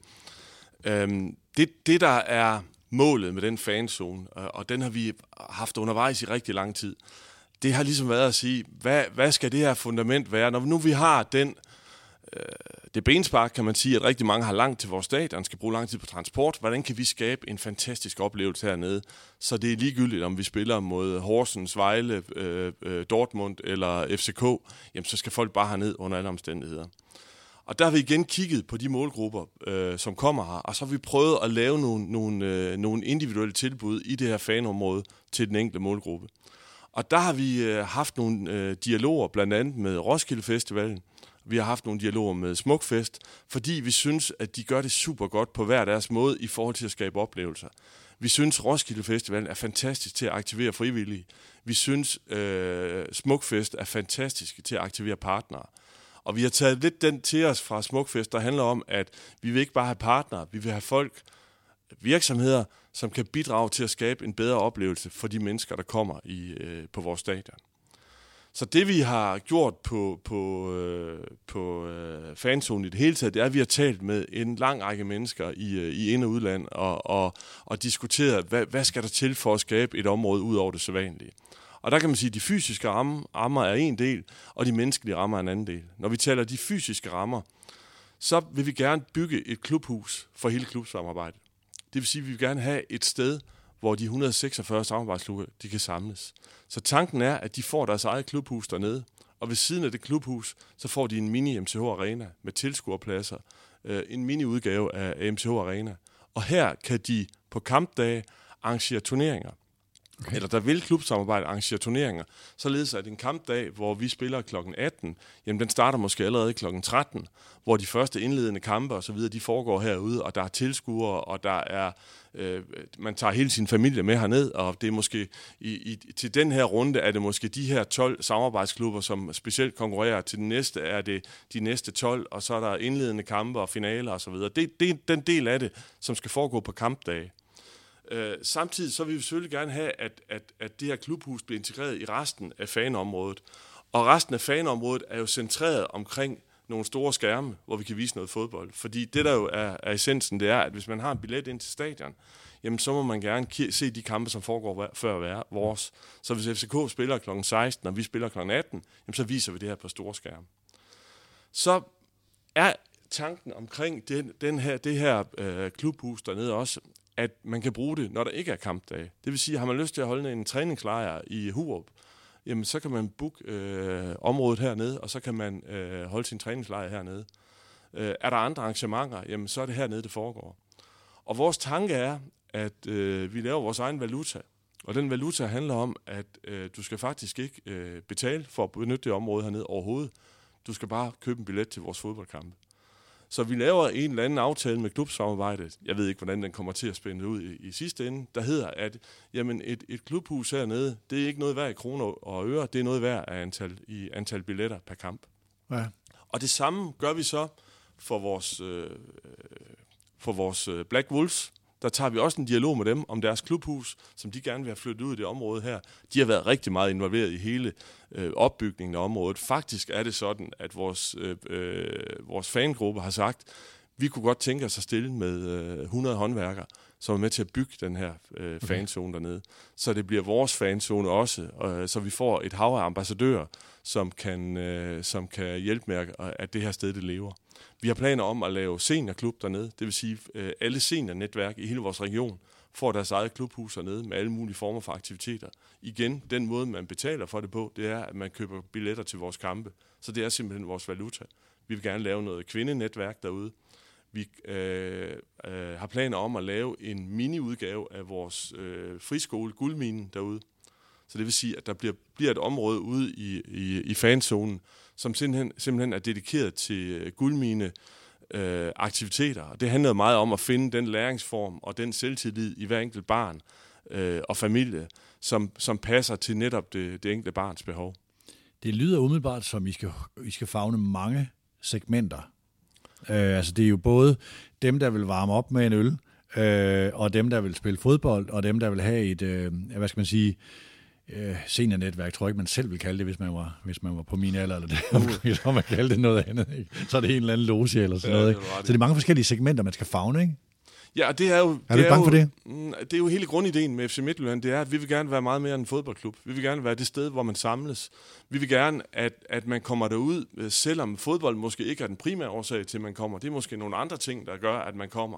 Øhm, det, det, der er målet med den fanzone, og, og den har vi haft undervejs i rigtig lang tid, det har ligesom været at sige, hvad, hvad skal det her fundament være, når nu vi har den det benspark, kan man sige, at rigtig mange har langt til vores stadion, skal bruge lang tid på transport. Hvordan kan vi skabe en fantastisk oplevelse hernede? Så det er ligegyldigt, om vi spiller mod Horsens, Vejle, øh, øh, Dortmund eller F C K, jamen så skal folk bare herned under alle omstændigheder. Og der har vi igen kigget på de målgrupper, øh, som kommer her, og så har vi prøvet at lave nogle, nogle, øh, nogle individuelle tilbud i det her fanområde til den enkelte målgruppe. Og der har vi øh, haft nogle øh, dialoger, blandt andet med Roskilde Festivalen. Vi har haft nogle dialoger med Smukfest, fordi vi synes, at de gør det super godt på hver deres måde i forhold til at skabe oplevelser. Vi synes, Roskilde Festivalen er fantastisk til at aktivere frivillige. Vi synes, øh, Smukfest er fantastisk til at aktivere partnere. Og vi har taget lidt den til os fra Smukfest, der handler om, at vi vil ikke bare have partnere, vi vil have folk, virksomheder, som kan bidrage til at skabe en bedre oplevelse for de mennesker, der kommer i, øh, på vores stadion. Så det, vi har gjort på, på, øh, på øh, fanzonen i det hele taget, det er, at vi har talt med en lang række mennesker i, øh, i ind- og udland og, og, og diskuteret, hvad, hvad skal der til for at skabe et område ud over det sædvanlige. Og der kan man sige, at de fysiske rammer er en del, og de menneskelige rammer er en anden del. Når vi taler de fysiske rammer, så vil vi gerne bygge et klubhus for hele klubsamarbejdet. Det vil sige, at vi vil gerne have et sted, hvor de et hundrede og seksogfyrre samarbejdsklubber, de kan samles. Så tanken er, at de får deres eget klubhus dernede, og ved siden af det klubhus, så får de en mini-M C H Arena med tilskuerpladser, øh, en mini-udgave af M C H Arena. Og her kan de på kampdage arrangere turneringer. Okay. Eller der vil klubsamarbejde arrangere turneringer, således at en kampdag, hvor vi spiller klokken atten, jamen den starter måske allerede klokken tretten, hvor de første indledende kampe og så videre, de foregår herude, og der er tilskuere, og der er, øh, man tager hele sin familie med herned, og det er måske, i, i, til den her runde er det måske de her tolv samarbejdsklubber, som specielt konkurrerer. Til den næste er det de næste tolv, og så er der indledende kampe og finaler og så videre. Det, det er den del af det, som skal foregå på kampdage. Uh, samtidig så vil vi selvfølgelig gerne have, at, at, at det her klubhus bliver integreret i resten af fanområdet. Og resten af fanområdet er jo centreret omkring nogle store skærme, hvor vi kan vise noget fodbold. Fordi det, der jo er, er essensen, det er, at hvis man har en billet ind til stadion, jamen så må man gerne ki- se de kampe, som foregår før være vores. Så hvis F C K spiller klokken seksten, og vi spiller klokken atten, jamen så viser vi det her på store skærme. Så er tanken omkring den, den her, det her øh, klubhus dernede også, at man kan bruge det, når der ikke er kampdage. Det vil sige, har man lyst til at holde en træningslejr i Hurup, jamen så kan man booke øh, området hernede, og så kan man øh, holde sin træningslejr hernede. Øh, er der andre arrangementer, jamen så er det hernede, det foregår. Og vores tanke er, at øh, vi laver vores egen valuta, og den valuta handler om, at øh, du skal faktisk ikke øh, betale for at benytte det område hernede overhovedet. Du skal bare købe en billet til vores fodboldkampe. Så vi laver en eller anden aftale med klubsamarbejdet. Jeg ved ikke, hvordan den kommer til at spænde ud i, i sidste ende. Der hedder, at jamen, et, et klubhus hernede, det er ikke noget værd i kroner og øre. Det er noget værd af antal, i antal billetter per kamp. Ja. Og det samme gør vi så for vores, øh, for vores Black Wolves, Der tager vi også en dialog med dem om deres klubhus, som de gerne vil have flyttet ud i det område her. De har været rigtig meget involveret i hele øh, opbygningen af området. Faktisk er det sådan, at vores, øh, øh, vores fangruppe har sagt, vi kunne godt tænke os at stille med øh, hundrede håndværkere, som er med til at bygge den her øh, fanzone dernede. Så det bliver vores fanzone også, øh, så vi får et hav af ambassadører, som kan, øh, som kan hjælpe med, at det her sted det lever. Vi har planer om at lave seniorklub dernede, det vil sige, øh, alle seniornetværk i hele vores region får deres eget klubhus dernede med alle mulige former for aktiviteter. Igen, den måde, man betaler for det på, det er, at man køber billetter til vores kampe. Så det er simpelthen vores valuta. Vi vil gerne lave noget kvindenetværk derude. Vi øh, øh, har planer om at lave en mini-udgave af vores øh, friskole Guldminen derude. Så det vil sige, at der bliver, bliver et område ude i, i, i fanzonen, som simpelthen, simpelthen er dedikeret til guldmine øh, aktiviteter. Og det handler meget om at finde den læringsform og den selvtillid i hver enkelt barn øh, og familie, som, som passer til netop det, det enkelte barns behov. Det lyder umiddelbart som, I skal, I skal favne mange segmenter. Øh, altså det er jo både dem, der vil varme op med en øl, øh, og dem, der vil spille fodbold, og dem, der vil have et, øh, hvad skal man sige, øh, seniornetværk, tror jeg ikke, man selv vil kalde det, hvis man var, hvis man var på min alder, eller det, så man kalde det noget andet. Ikke? Så er det en eller anden loge eller sådan ja, noget. Ikke? Så det er mange forskellige segmenter, man skal favne, ikke? Ja, det er jo... Er du bange for det? Det er jo hele grundideen med F C Midtjylland, det er, at vi vil gerne være meget mere end en fodboldklub. Vi vil gerne være det sted, hvor man samles. Vi vil gerne, at, at man kommer derud, selvom fodbold måske ikke er den primære årsag til, at man kommer. Det er måske nogle andre ting, der gør, at man kommer.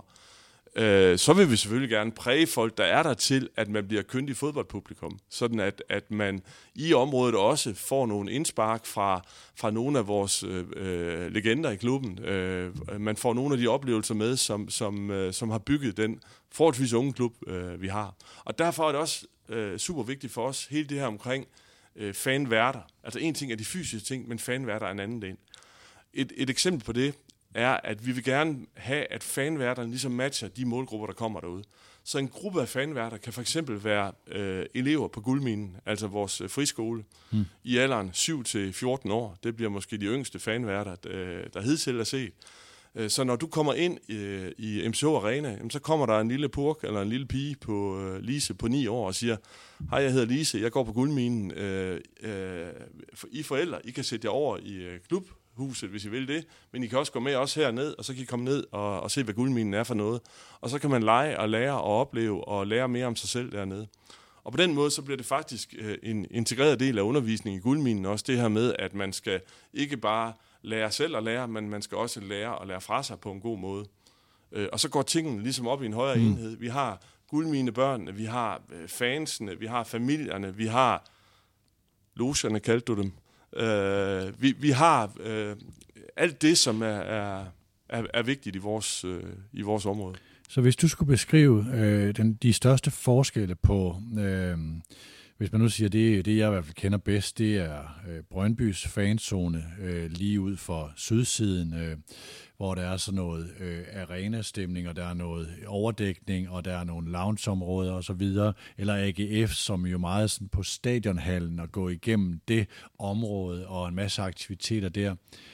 Øh, så vil vi selvfølgelig gerne præge folk, der er der til, at man bliver kyndig fodboldpublikum. Sådan at, at man i området også får nogle indspark fra, fra nogle af vores øh, legender i klubben. Øh, man får nogle af de oplevelser med, som, som, øh, som har bygget den forholdsvis unge klub, øh, vi har. Og derfor er det også øh, super vigtigt for os, hele det her omkring øh, fanværter. Altså en ting er de fysiske ting, men fanværter er en anden del. Et, et eksempel på det er, at vi vil gerne have, at fanværterne ligesom matcher de målgrupper, der kommer derude. Så en gruppe af fanværter kan for eksempel være øh, elever på Guldminen, altså vores øh, friskole, hmm. i alderen syv til fjorten år. Det bliver måske de yngste fanværter, øh, der hidtil er set. Øh, så når du kommer ind øh, i M C H Arena, jamen, så kommer der en lille purk eller en lille pige på øh, Lise på ni år og siger, hej, jeg hedder Lise, jeg går på Guldminen. Øh, øh, I forældre, I kan sætte jer over i øh, klub, huset, hvis I vil det, men I kan også gå med os herned, og så kan I komme ned og, og se, hvad Guldminen er for noget. Og så kan man lege og lære og opleve og lære mere om sig selv dernede. Og på den måde, så bliver det faktisk øh, en integreret del af undervisningen i Guldminen, også det her med, at man skal ikke bare lære selv at lære, men man skal også lære at lære fra sig på en god måde. Øh, og så går tingene ligesom op i en højere mm. enhed. Vi har Guldminebørnene, vi har øh, fansene, vi har familierne, vi har logerne, kaldte du dem. Uh, vi, vi har uh, alt det, som er, er, er, er vigtigt i vores, uh, i vores område. Så hvis du skulle beskrive uh, den, de største forskelle på, uh, hvis man nu siger, det, det jeg i hvert fald kender bedst, det er uh, Brøndbys fanzone uh, lige ud for sydsiden, uh, hvor der er sådan noget øh, arena-stemning, og der er noget overdækning, og der er nogle loungeområder og så videre, eller A G F, som jo meget sådan på stadionhallen og gå igennem det område og en masse aktiviteter der.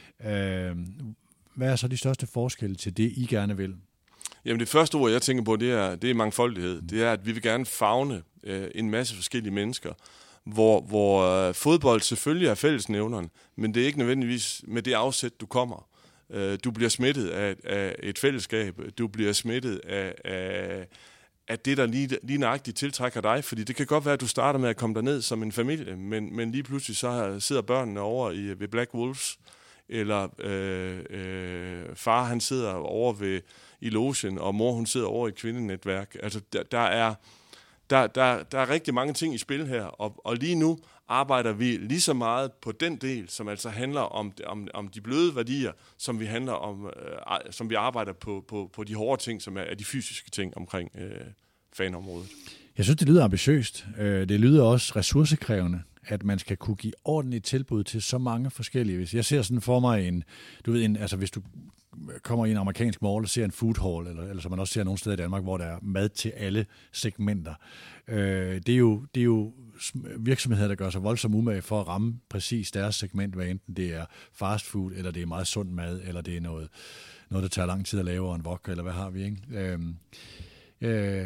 Øh, hvad er så de største forskelle til det, I gerne vil? Jamen det første ord, jeg tænker på, det er, det er mangfoldighed. Det er, at vi vil gerne favne øh, en masse forskellige mennesker, hvor, hvor øh, fodbold selvfølgelig er fællesnævneren, men det er ikke nødvendigvis med det afsæt, du kommer. Du bliver smittet af, af et fællesskab. Du bliver smittet af, af, af det, der lige, lige nøjagtigt tiltrækker dig. Fordi det kan godt være, at du starter med at komme derned som en familie, men, men lige pludselig så sidder børnene over i, ved Black Wolves, eller øh, øh, far han sidder over ved, i logen, og mor hun sidder over i et kvindenetværk. Altså, der, der, er, der, der, der er rigtig mange ting i spil her, og, og lige nu arbejder vi lige så meget på den del, som altså handler om, om, om de bløde værdier, som vi handler om, øh, som vi arbejder på, på, på de hårde ting, som er, er de fysiske ting omkring øh, fanområdet. Jeg synes, det lyder ambitiøst. Det lyder også ressourcekrævende, at man skal kunne give ordentligt tilbud til så mange forskellige. Hvis jeg ser sådan for mig en, du ved, en, altså hvis du kommer i en amerikansk mall og ser en food hall, eller, eller som man også ser nogle steder i Danmark, hvor der er mad til alle segmenter. Øh, det, er jo, det er jo virksomheder, der gør sig voldsomt umage for at ramme præcis deres segment, hvad enten det er fast food, eller det er meget sund mad, eller det er noget, noget der tager lang tid at lave, og en wok, eller hvad har vi, ikke? Øh, Øh,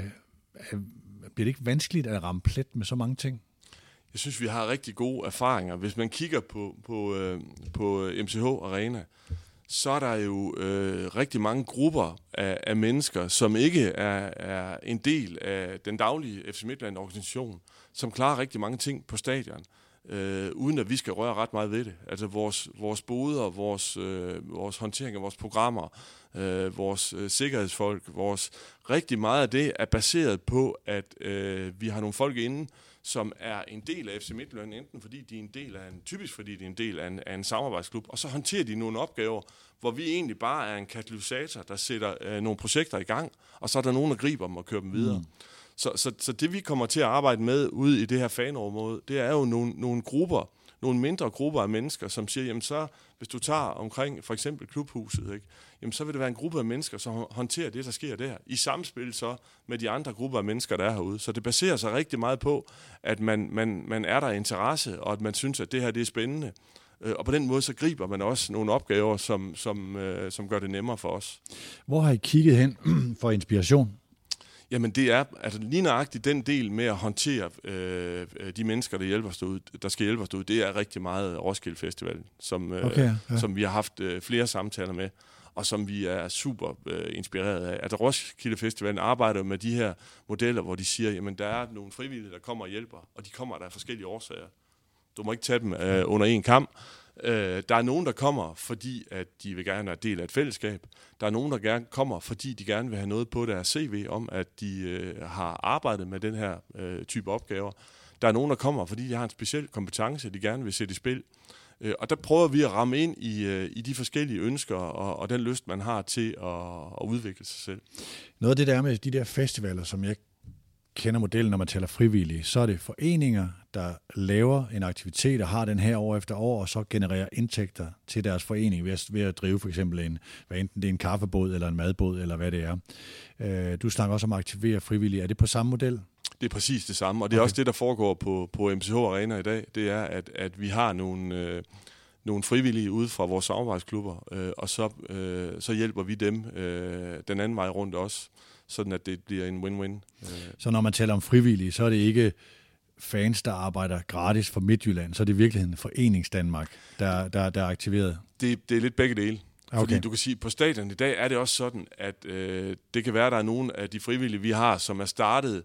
bliver det ikke vanskeligt at ramme plet med så mange ting? Jeg synes, vi har rigtig gode erfaringer. Hvis man kigger på, på, øh, på M C H Arena, så er der jo øh, rigtig mange grupper af, af mennesker, som ikke er, er en del af den daglige F C Midtjylland-organisation, som klarer rigtig mange ting på stadion, øh, uden at vi skal røre ret meget ved det. Altså vores, vores boder, vores, øh, vores håndtering af vores programmer, øh, vores øh, sikkerhedsfolk, vores rigtig meget af det er baseret på, at øh, vi har nogle folk inde, som er en del af F C Midtjylland, enten fordi de er en del af en, typisk fordi de er en del af en, af en samarbejdsklub, og så håndterer de nogle opgaver, hvor vi egentlig bare er en katalysator, der sætter øh, nogle projekter i gang, og så er der nogen, der griber dem og kører dem videre. Mm. Så, så, så det vi kommer til at arbejde med ude i det her fanområde, det er jo nogle, nogle grupper, nogle mindre grupper af mennesker, som siger, jamen så, hvis du tager omkring for eksempel klubhuset, ikke, jamen så vil det være en gruppe af mennesker, som håndterer det, der sker der, i samspil så med de andre grupper af mennesker, der er herude. Så det baserer sig rigtig meget på, at man, man, man er der interesse, og at man synes, at det her det er spændende. Og på den måde så griber man også nogle opgaver, som, som, øh, som gør det nemmere for os. Hvor har I kigget hen for inspiration? Jamen det er altså lige nøjagtigt den del med at håndtere øh, de mennesker, der, hjælper os derude, der skal hjælpe os derude, det er rigtig meget Roskilde Festival, som, øh, okay, ja. som vi har haft øh, flere samtaler med, og som vi er super øh, inspireret af. Altså Roskilde Festivalen arbejder med de her modeller, hvor de siger, jamen der er nogle frivillige, der kommer og hjælper, og de kommer der af forskellige årsager. Du må ikke tage dem øh, under en kam. Øh, der er nogen, der kommer, fordi at de vil gerne være del af et fællesskab. Der er nogen, der gerne kommer, fordi de gerne vil have noget på deres C V om, at de øh, har arbejdet med den her øh, type opgaver. Der er nogen, der kommer, fordi de har en speciel kompetence, de gerne vil sætte i spil. Øh, og der prøver vi at ramme ind i, øh, i de forskellige ønsker og, og den lyst, man har til at, at udvikle sig selv. Noget af det der med de der festivaler, som jeg kender modellen, når man taler frivillige, så er det foreninger, der laver en aktivitet og har den her år efter år, og så genererer indtægter til deres forening ved at, ved at drive for eksempel en, hvad enten det er en kaffebåd eller en madbåd, eller hvad det er. Øh, du snakker også om at aktivere frivillige. Er det på samme model? Det er præcis det samme, og det er okay. også det, der foregår på, på M C H Arena i dag. Det er, at, at vi har nogle, øh, nogle frivillige ude fra vores samarbejdsklubber, øh, og så, øh, så hjælper vi dem øh, den anden vej rundt også, sådan at det bliver en win-win. Så når man taler om frivillige, så er det ikke fans, der arbejder gratis for Midtjylland, så er det i virkeligheden Foreningsdanmark, der, der, der er aktiveret? Det, det er lidt begge dele. Okay. Fordi du kan sige, at på stadion i dag er det også sådan, at øh, det kan være, at der er nogle af de frivillige, vi har, som er startet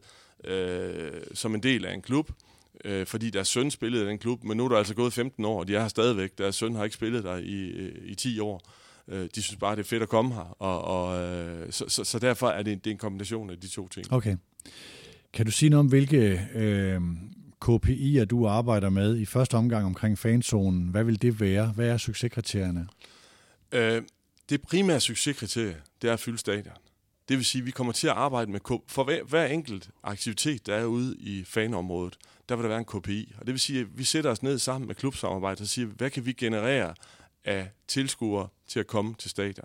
øh, som en del af en klub, øh, fordi deres søn spillede i den klub, men nu er der altså gået femten år, og de er her stadigvæk. Deres søn har ikke spillet der i, i ti år. De synes bare, det er fedt at komme her, og, og, så, så, så derfor er det, en, det er en kombination af de to ting. Okay. Kan du sige noget om, hvilke øh, K P I'er du arbejder med i første omgang omkring fanzonen? Hvad vil det være? Hvad er succeskriterierne? Øh, det primære succeskriterie, det er at fylde stadion. Det vil sige, at vi kommer til at arbejde med, for hver, hver enkelt aktivitet, der er ude i fanområdet, der vil der være en K P I. Og det vil sige, at vi sætter os ned sammen med klubsamarbejdet og siger, hvad kan vi generere af tilskuere til at komme til stadion.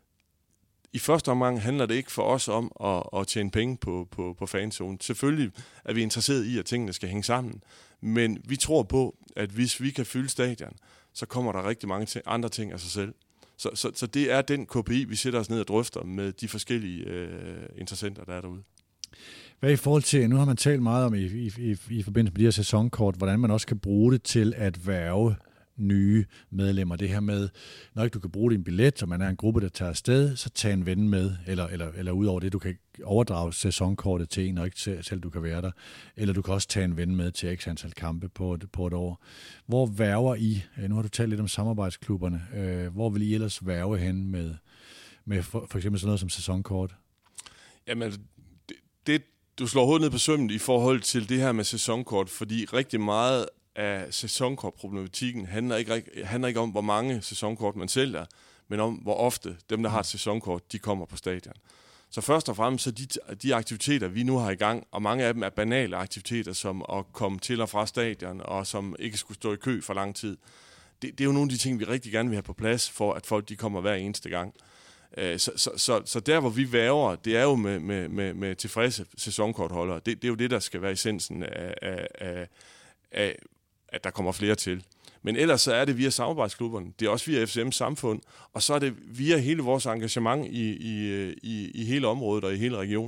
I første omgang handler det ikke for os om at, at tjene penge på, på, på fanzonen. Selvfølgelig er vi interesseret i, at tingene skal hænge sammen, men vi tror på, at hvis vi kan fylde stadion, så kommer der rigtig mange ting, andre ting af sig selv. Så, så, så det er den K P I, vi sætter os ned og drøfter med de forskellige øh, interessenter, der er derude. Hvad i forhold til, nu har man talt meget om i, i, i, i forbindelse med de her sæsonkort, hvordan man også kan bruge det til at værve nye medlemmer. Det her med, når ikke du kan bruge din billet, og man er en gruppe, der tager afsted, så tag en ven med, eller, eller, eller ud over det, du kan overdrage sæsonkortet til en, og ikke selv du kan være der. Eller du kan også tage en ven med til x antal kampe på et, på et år. Hvor værver I, nu har du talt lidt om samarbejdsklubberne, øh, hvor vil I ellers værve hen med, med for, for eksempel sådan noget som sæsonkort? Jamen, det, det, du slår hovedet ned på sømmet i forhold til det her med sæsonkort, fordi rigtig meget af sæsonkortproblematikken handler ikke, handler ikke om, hvor mange sæsonkort man sælger, men om, hvor ofte dem, der har et sæsonkort, de kommer på stadion. Så først og fremmest, så de, de aktiviteter, vi nu har i gang, og mange af dem er banale aktiviteter, som at komme til og fra stadion, og som ikke skulle stå i kø for lang tid. Det, det er jo nogle af de ting, vi rigtig gerne vil have på plads, for at folk de kommer hver eneste gang. Så, så, så, så der, hvor vi værger, det er jo med, med, med, med tilfredse sæsonkortholdere. Det, det er jo det, der skal være essensen af, af, af, af at der kommer flere til. Men ellers så er det via samarbejdsklubberne. Det er også via F C M's samfund. Og så er det via hele vores engagement i, i, i, i hele området og i hele regionen.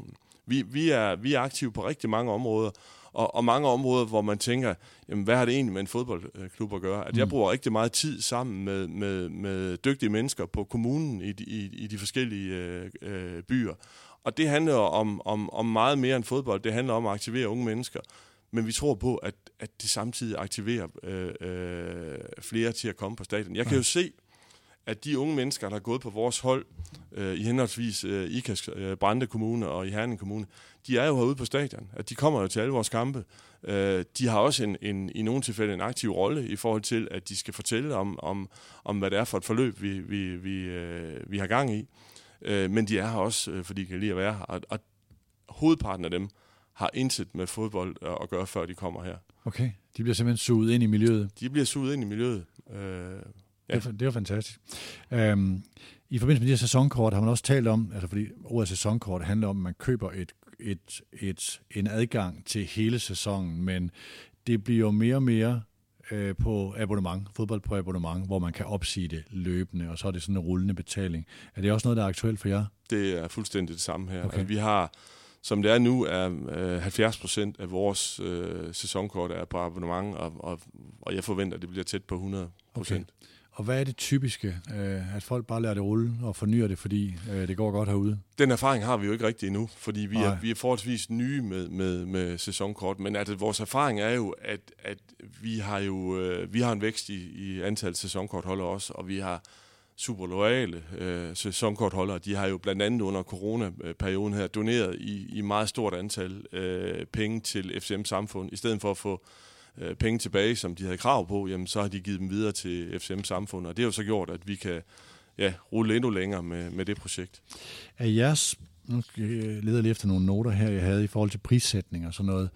Vi, vi, er, vi er aktive på rigtig mange områder, og, og mange områder, hvor man tænker, jamen, hvad har det egentlig med en fodboldklub at gøre? At mm. jeg bruger rigtig meget tid sammen med, med, med dygtige mennesker på kommunen i de, i, i de forskellige øh, byer. Og det handler om, om, om meget mere end fodbold. Det handler om at aktivere unge mennesker. Men vi tror på, at, at det samtidig aktiverer øh, øh, flere til at komme på stadion. Jeg kan jo se, at de unge mennesker, der er gået på vores hold, øh, i henholdsvis øh, Ikast, øh, Brande Kommune og i Herning Kommune, de er jo herude på stadion. At de kommer jo til alle vores kampe. Øh, de har også en, en, i nogle tilfælde en aktiv rolle i forhold til, at de skal fortælle om, om, om hvad det er for et forløb, vi, vi, vi, øh, vi har gang i. Øh, men de er her også, øh, fordi de kan lide at være her. Og, og hovedparten af dem har intet med fodbold at gøre, før de kommer her. Okay, de bliver simpelthen suget ind i miljøet. De bliver suget ind i miljøet. Øh, ja. Det er, det er fantastisk. Um, I forbindelse med de her sæsonkort har man også talt om, altså fordi ordet sæsonkort handler om, at man køber et, et, et, en adgang til hele sæsonen, men det bliver jo mere og mere øh, på abonnement, fodbold på abonnement, hvor man kan opsige det løbende, og så er det sådan en rullende betaling. Er det også noget, der er aktuelt for jer? Det er fuldstændig det samme her. Okay. Altså, vi har, som det er nu, er øh, halvfjerds procent af vores øh, sæsonkort er på abonnement, og, og, og jeg forventer, at det bliver tæt på hundrede procent. Okay. Og hvad er det typiske, øh, at folk bare lader det rulle og fornyer det, fordi øh, det går godt herude? Den erfaring har vi jo ikke rigtig endnu, fordi vi er, vi er forholdsvis nye med, med, med sæsonkort. Men altså, vores erfaring er jo, at, at vi har jo øh, vi har en vækst i, i antallet sæsonkortholdere også, og vi har super loyale øh, sæsonkortholdere. De har jo blandt andet under coronaperioden her doneret i, i meget stort antal øh, penge til F C M Samfund, i stedet for at få penge tilbage, som de havde krav på, jamen så har de givet dem videre til F C M Samfund, og det har jo så gjort, at vi kan ja, rulle endnu længere med, med det projekt. Er jeres, nu leder jeg lige efter nogle noter her, jeg havde i forhold til prissætning og sådan noget.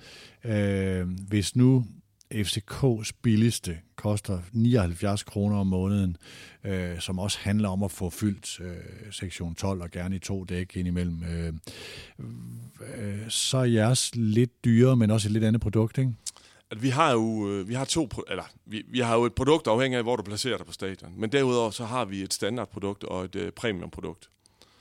Øh, hvis nu F C K's billigste koster nioghalvfjerds kroner om måneden, øh, som også handler om at få fyldt øh, sektion tolv og gerne i to dæk indimellem, øh, øh, så er jeres lidt dyrere, men også et lidt andet produkt, ikke? At vi har jo vi har to eller vi, vi har jo et produkt afhængig af hvor du placerer dig på stadion, men derudover så har vi et standardprodukt og et uh, premiumprodukt.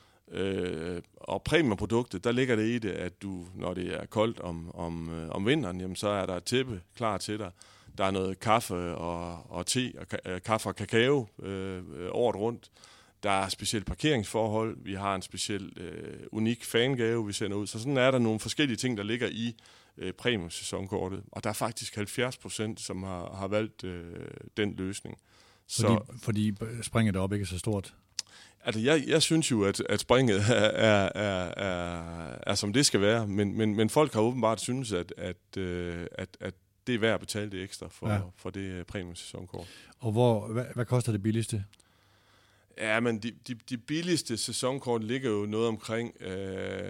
Øh, og premiumproduktet, der ligger det i det, at du, når det er koldt om om øh, om vinteren, jamen så er der et tæppe klar til dig. Der er noget kaffe og og te og ka- kaffe og kakao øh, året rundt. Der er specielle parkeringsforhold. Vi har en speciel øh, unik fangave, vi sender ud. Så sådan er der nogle forskellige ting, der ligger i øh, premium-sæsonkortet. Og der er faktisk halvfjerds procent, som har, har valgt øh, den løsning. Så, fordi, fordi springet op ikke er så stort? Altså, jeg, jeg synes jo, at, at springet er, er, er, er, er som det skal være. Men, men, men folk har åbenbart synes, at, at, øh, at, at det er værd at betale det ekstra for, ja. for det premium-sæsonkort. Og hvor, hvad, hvad koster det billigste? Ja, men de, de, de billigste sæsonkort ligger jo noget omkring øh,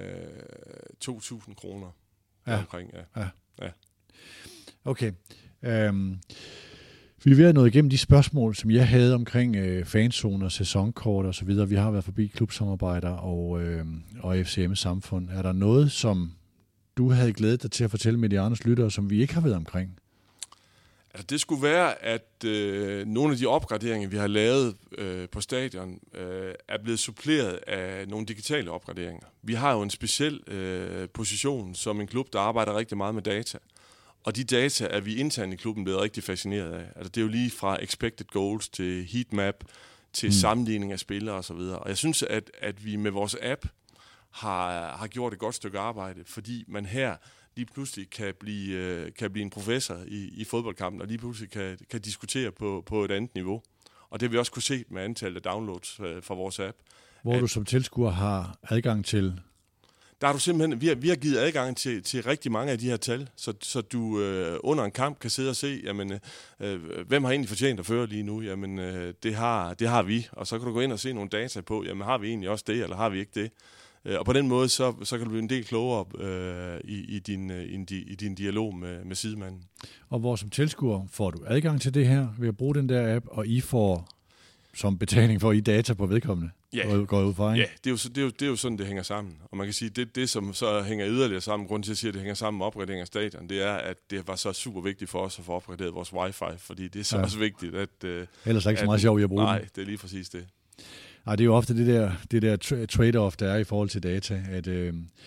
to tusind kroner. Ja. Omkring, ja. Ja. Ja. Okay. Um, vi er ved at nå igennem de spørgsmål, som jeg havde omkring øh, fanzoner, sæsonkort og så videre. Vi har været forbi klubsamarbejder og, øh, og F C M Samfund. Er der noget, som du havde glædet dig til at fortælle med de andres lyttere, som vi ikke har været omkring? Altså, det skulle være, at øh, nogle af de opgraderinger, vi har lavet øh, på stadion, øh, er blevet suppleret af nogle digitale opgraderinger. Vi har jo en speciel øh, position som en klub, der arbejder rigtig meget med data. Og de data er vi internt i klubben blevet rigtig fascineret af. Altså, det er jo lige fra expected goals til heatmap, til mm. sammenligning af spillere osv. Og jeg synes, at, at vi med vores app har, har gjort et godt stykke arbejde, fordi man her lige pludselig kan blive, kan blive en professor i, i fodboldkampen, og lige pludselig kan, kan diskutere på, på et andet niveau. Og det har vi også kunne se med antallet af downloads øh, fra vores app. Hvor at, du som tilskuer har adgang til? Der har du simpelthen, vi har, vi har givet adgang til, til rigtig mange af de her tal, så, så du øh, under en kamp kan sidde og se, jamen, øh, hvem har egentlig fortjent at føre lige nu? Jamen, øh, det, har, det har vi, og så kan du gå ind og se nogle data på, jamen, har vi egentlig også det, eller har vi ikke det? Og på den måde, så, så kan du blive en del klogere øh, i, i, din, i, i din dialog med, med sidemanden. Og hvor som tilskuer får du adgang til det her ved at bruge den der app, og I får som betaling for I data på vedkommende? Ja, går ud fra, ja det, er jo, det, er jo, det er jo sådan, det hænger sammen. Og man kan sige, det, det som så hænger yderligere sammen, grund til at sige, at det hænger sammen med opgradering af stadion, det er, at det var så super vigtigt for os at få opgraderet vores wifi, fordi det er så ja. også vigtigt, at... Øh, Ellers er ikke så meget sjovt at bruge nej, den. det er lige præcis det. Ej, det er jo ofte det der, det der trade-off, der er i forhold til data, at, øh,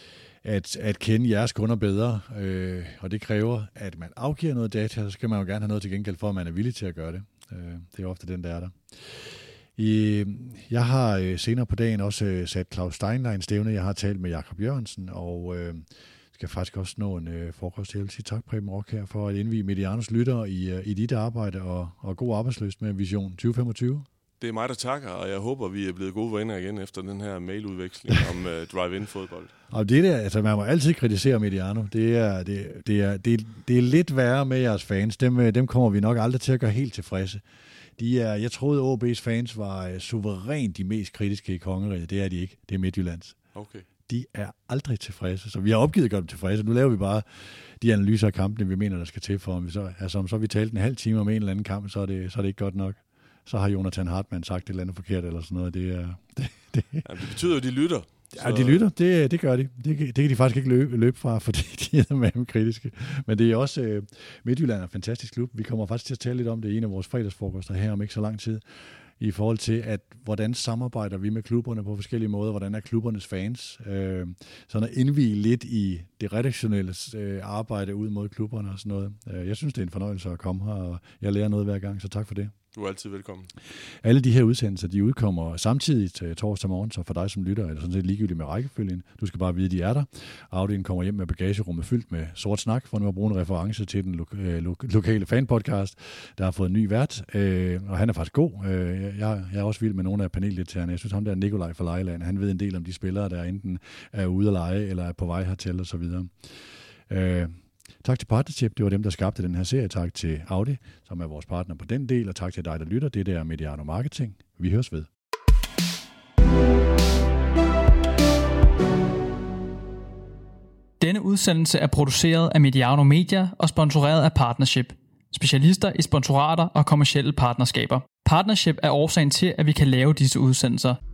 at, at kende jeres kunder bedre, øh, og det kræver, at man afgiver noget data, så skal man jo gerne have noget til gengæld for, at man er villig til at gøre det. Øh, det er ofte den, der er der. I, jeg har øh, senere på dagen også øh, sat Claus Steinlein stævne. Jeg har talt med Jakob Jørgensen, og øh, skal faktisk også nå en øh, forkast. Jeg vil sige tak, Preben Rock, her for at indvige Medianos lyttere i, øh, i dit arbejde, og, og god arbejdsløst med Vision tyve femogtyve. Det er mig, der takker, og jeg håber, vi er blevet gode venner igen efter den her mailudveksling om uh, drive-in-fodbold. Og det der, altså man må altid kritisere Mediano. Det er, det, det er, det er, det er lidt værre med jeres fans. Dem, dem kommer vi nok aldrig til at gøre helt tilfredse. De er, jeg troede, A B's fans var suverænt de mest kritiske i kongeriget. Det er de ikke. Det er Midtjyllands. Okay. De er aldrig tilfredse. Så vi har opgivet at gøre dem tilfredse. Nu laver vi bare de analyser af kampene, vi mener, der skal til for dem. Så, altså, om så vi talt en halv time om en eller anden kamp, så er det, så er det ikke godt nok. Så har Jonathan Hartmann sagt et eller andet forkert eller sådan noget. Det, er, det, det. Ja, det betyder jo, at de lytter. Så... Ja, de lytter. Det, det gør de. Det, det kan de faktisk ikke løbe, løbe fra, fordi de er med dem kritiske. Men det er også... Øh, Midtjylland er en fantastisk klub. Vi kommer faktisk til at tale lidt om det i en af vores fredagsfrokoster her om ikke så lang tid, i forhold til, at hvordan samarbejder vi med klubberne på forskellige måder, hvordan er klubbernes fans. Øh, sådan at indvige lidt i det redaktionelle øh, arbejde ud mod klubberne og sådan noget. Øh, jeg synes, det er en fornøjelse at komme her, og jeg lærer noget hver gang, så tak for det. Du er altid velkommen. Alle de her udsendelser, de udkommer samtidig til torsdag morgen, så for dig som lytter, er det sådan set ligegyldigt med rækkefølgen. Du skal bare vide, at de er der. Afdelingen kommer hjem med bagagerummet fyldt med sort snak, for nu at bruge en reference til den lo- lo- lokale fanpodcast, der har fået en ny vært, øh, og han er faktisk god. Øh, jeg, jeg er også vild med nogle af paneldeltagerne. Jeg synes, ham der Nikolaj fra Lejeland, han ved en del om de spillere, der enten er ude at lege, eller er på vej hertil, og så videre. Øh, Tak til Partnership, det var dem, der skabte den her serie. Tak til Audi, som er vores partner på den del, og tak til dig, der lytter. Det der er Mediano Marketing. Vi høres ved. Denne udsendelse er produceret af Mediano Media og sponsoreret af Partnership. Specialister i sponsorater og kommercielle partnerskaber. Partnership er årsagen til, at vi kan lave disse udsendelser.